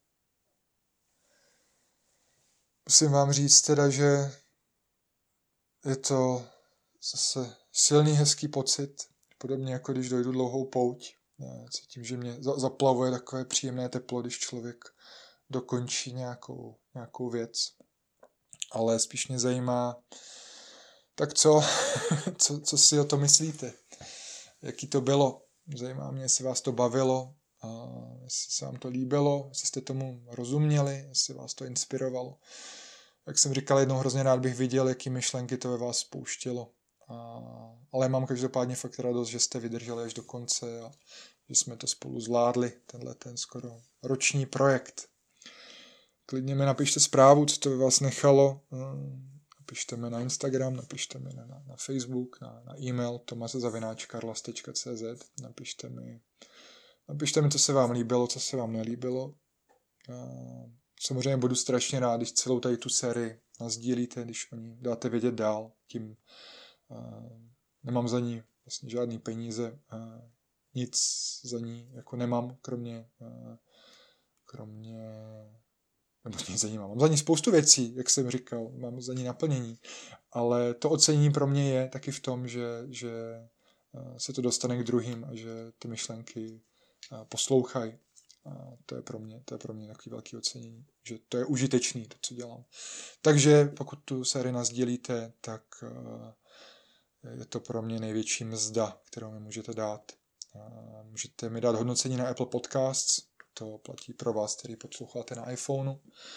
Musím vám říct teda, že je to zase silný, hezký pocit, podobně jako když dojdu dlouhou pouť. Cítím, že mě zaplavuje takové příjemné teplo, když člověk dokončí nějakou věc. Ale spíš mě zajímá, tak co si o to myslíte? Jaký to bylo? Zajímá mě, jestli vás to bavilo, jestli se vám to líbilo, jestli jste tomu rozuměli, jestli vás to inspirovalo. Jak jsem říkal, jednou hrozně rád bych viděl, jaký myšlenky to ve vás spouštělo. Ale mám každopádně fakt radost, že jste vydrželi až do konce a že jsme to spolu zvládli, ten skoro roční projekt. Klidně mi napište zprávu, co to ve vás nechalo. Napište mi na Instagram, napište mi na Facebook, na e-mail tomas@karlas.cz. Napište mi, co se vám líbilo, co se vám nelíbilo. Samozřejmě budu strašně rád, když celou tady tu sérii nasdílíte, když o ní dáte vědět dál. Tím nemám za ní vlastně žádný peníze, nic za ní jako nemám, kromě nebo nic za ní mám. Mám za ní spoustu věcí, jak jsem říkal, mám za ní naplnění, ale to ocenění pro mě je taky v tom, že se to dostane k druhým a že ty myšlenky poslouchají. A to je pro mě takový velký ocenění, že to je užitečný, to, co dělám. Takže pokud tu sérii nasdílíte, tak je to pro mě největší mzda, kterou mi můžete dát. Můžete mi dát hodnocení na Apple Podcasts, to platí pro vás, který posloucháte na iPhoneu.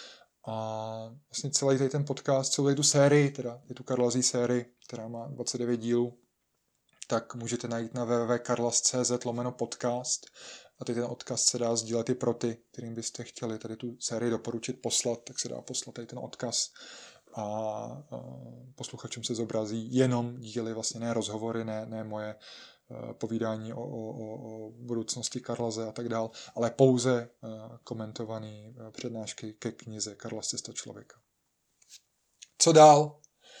A vlastně celý tady ten podcast, celou tady tu sérii, teda je tu Karlazí sérii, která má 29 dílů, tak můžete najít na www.karlas.cz/podcast. A teď ten odkaz se dá sdílet i pro ty, kterým byste chtěli tady tu sérii doporučit poslat, tak se dá poslat tady ten odkaz a posluchačům se zobrazí jenom díly, vlastně ne rozhovory, ne moje povídání o budoucnosti Karlaze a tak dál, ale pouze komentované přednášky ke knize Karlas Cesta člověka. Co dál?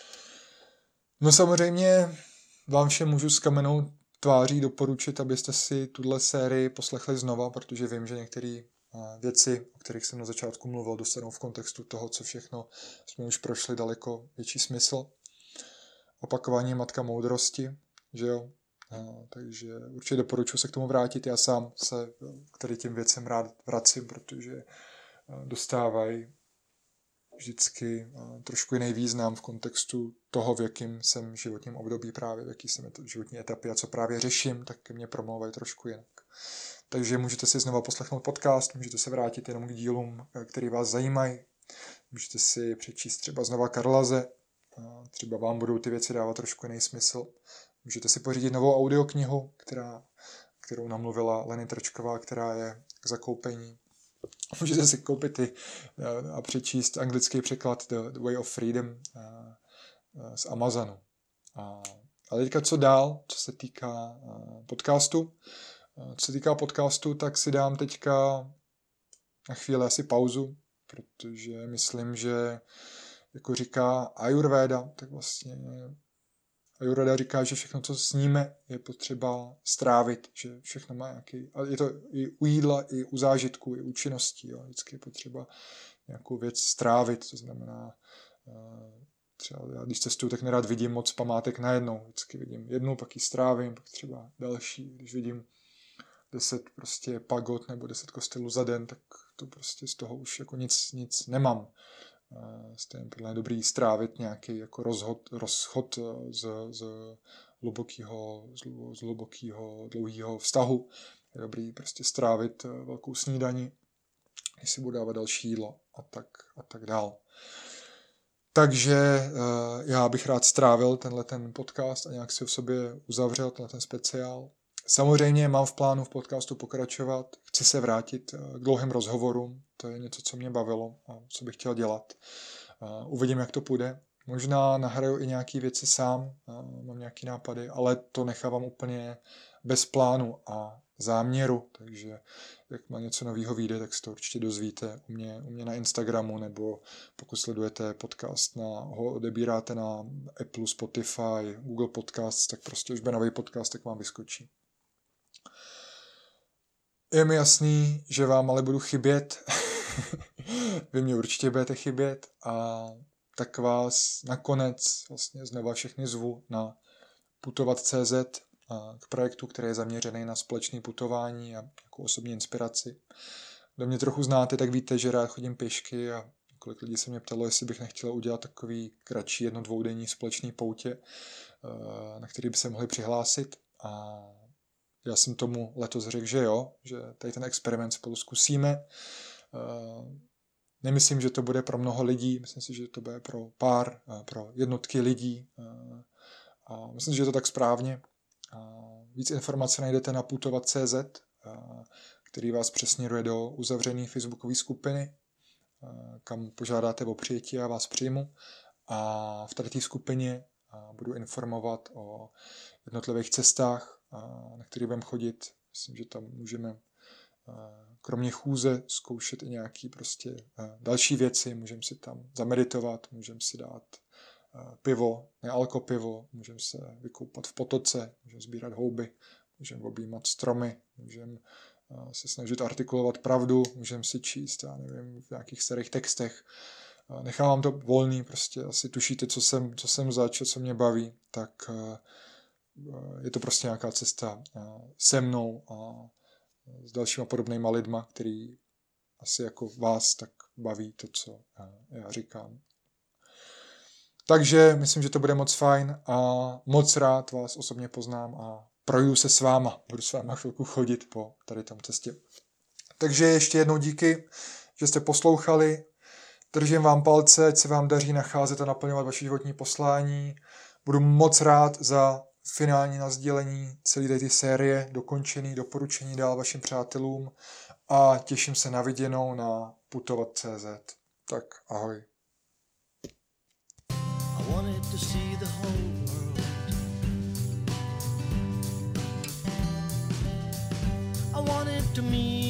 No samozřejmě vám všem můžu s kamennou tváří doporučit, abyste si tuhle sérii poslechli znova, protože vím, že některé věci, o kterých jsem na začátku mluvil, dostanou v kontextu toho, co všechno jsme už prošli, daleko větší smysl. Opakování je matka moudrosti, že jo? Takže určitě doporučuji se k tomu vrátit. Já sám se k tady těm věcem rád vracím, protože dostávají vždycky trošku jiný význam v kontextu toho, v jakém jsem životním období právě, v jaký jsem životní etapě a co právě řeším, tak ke mně promlouvají trošku jinak. Takže můžete si znova poslechnout podcast, můžete se vrátit jenom k dílům, které vás zajímají. Můžete si přečíst třeba znova Karlaze, třeba vám budou ty věci dávat trošku jiný smysl. Můžete si pořídit novou audioknihu, kterou namluvila Leny Trčková, která je k zakoupení. Můžete si koupit a přečíst anglický překlad The Way of Freedom z Amazonu. Ale teďka co dál, co se týká podcastu. Co se týká podcastu, tak si dám teďka na chvíli asi pauzu, protože myslím, že jako říká Ayurveda, tak vlastně Ayurveda říká, že všechno, co sníme, je potřeba strávit, že všechno má nějaký, a je to i u jídla, i u zážitku, i u činností, jo. Vždycky je potřeba nějakou věc strávit, to znamená, třeba já když cestuju, tak nerad vidím moc památek najednou, vždycky vidím jednu, pak ji strávím, pak třeba další, když vidím 10 prostě pagod nebo 10 kostelů za den, tak to prostě z toho už jako nic nemám. Stejně podle mě dobrý strávit nějaký jako rozchod z hlubokého, dlouhého vztahu. Je dobrý prostě strávit velkou snídani, když si budu dávat další jídlo a tak dál. Takže já bych rád strávil ten podcast a nějak si v sobě uzavřel ten speciál. Samozřejmě mám v plánu v podcastu pokračovat, chci se vrátit k dlouhým rozhovorům, to je něco, co mě bavilo a co bych chtěl dělat. Uvidím, jak to půjde. Možná nahraju i nějaké věci sám, mám nějaké nápady, ale to nechávám úplně bez plánu a záměru, takže jak má něco nového vyjde, tak se to určitě dozvíte u mě na Instagramu, nebo pokud sledujete podcast, ho odebíráte na Apple, Spotify, Google Podcasts, tak prostě už bude nový podcast, tak vám vyskočí. Je mi jasný, že vám ale budu chybět. Vy mě určitě budete chybět a tak vás nakonec vlastně znova všechny zvu na putovat.cz k projektu, který je zaměřený na společné putování a jako osobní inspiraci. Kdo mě trochu znáte, tak víte, že rád chodím pěšky a kolik lidí se mě ptalo, jestli bych nechtěl udělat takový kratší 1-2denní společný poutě, na který by se mohli přihlásit. A já jsem tomu letos řekl, že jo, že tady ten experiment spolu zkusíme. Nemyslím, že to bude pro mnoho lidí, myslím si, že to bude pro pár, pro jednotky lidí. A myslím si, že je to tak správně. Víc informací najdete na putovat.cz, který vás přesměruje do uzavřené facebookové skupiny, kam požádáte o přijetí a vás přijmu. A v této skupině budu informovat o jednotlivých cestách, na které budeme chodit. Myslím, že tam můžeme kromě chůze zkoušet i nějaké prostě další věci. Můžeme si tam zameditovat, můžeme si dát pivo, nealkopivo, můžeme se vykoupat v potoce, můžeme sbírat houby, můžeme objímat stromy, můžeme se snažit artikulovat pravdu, můžeme si číst, já nevím, v nějakých starých textech. Nechávám to volný, prostě asi tušíte, co jsem zač, co mě baví, tak je to prostě nějaká cesta se mnou a s dalšíma podobnýma lidma, který asi jako vás tak baví to, co já říkám. Takže myslím, že to bude moc fajn a moc rád vás osobně poznám a proju se s váma. Budu s váma chvilku chodit po tady tom cestě. Takže ještě jednou díky, že jste poslouchali. Držím vám palce, ať se vám daří nacházet a naplňovat vaše životní poslání. Budu moc rád za finální nasdílení celé té série, dokončený, doporučení dál vašim přátelům a těším se na viděnou na putovat.cz. Tak ahoj. I wanted to see the whole world. I wanted to meet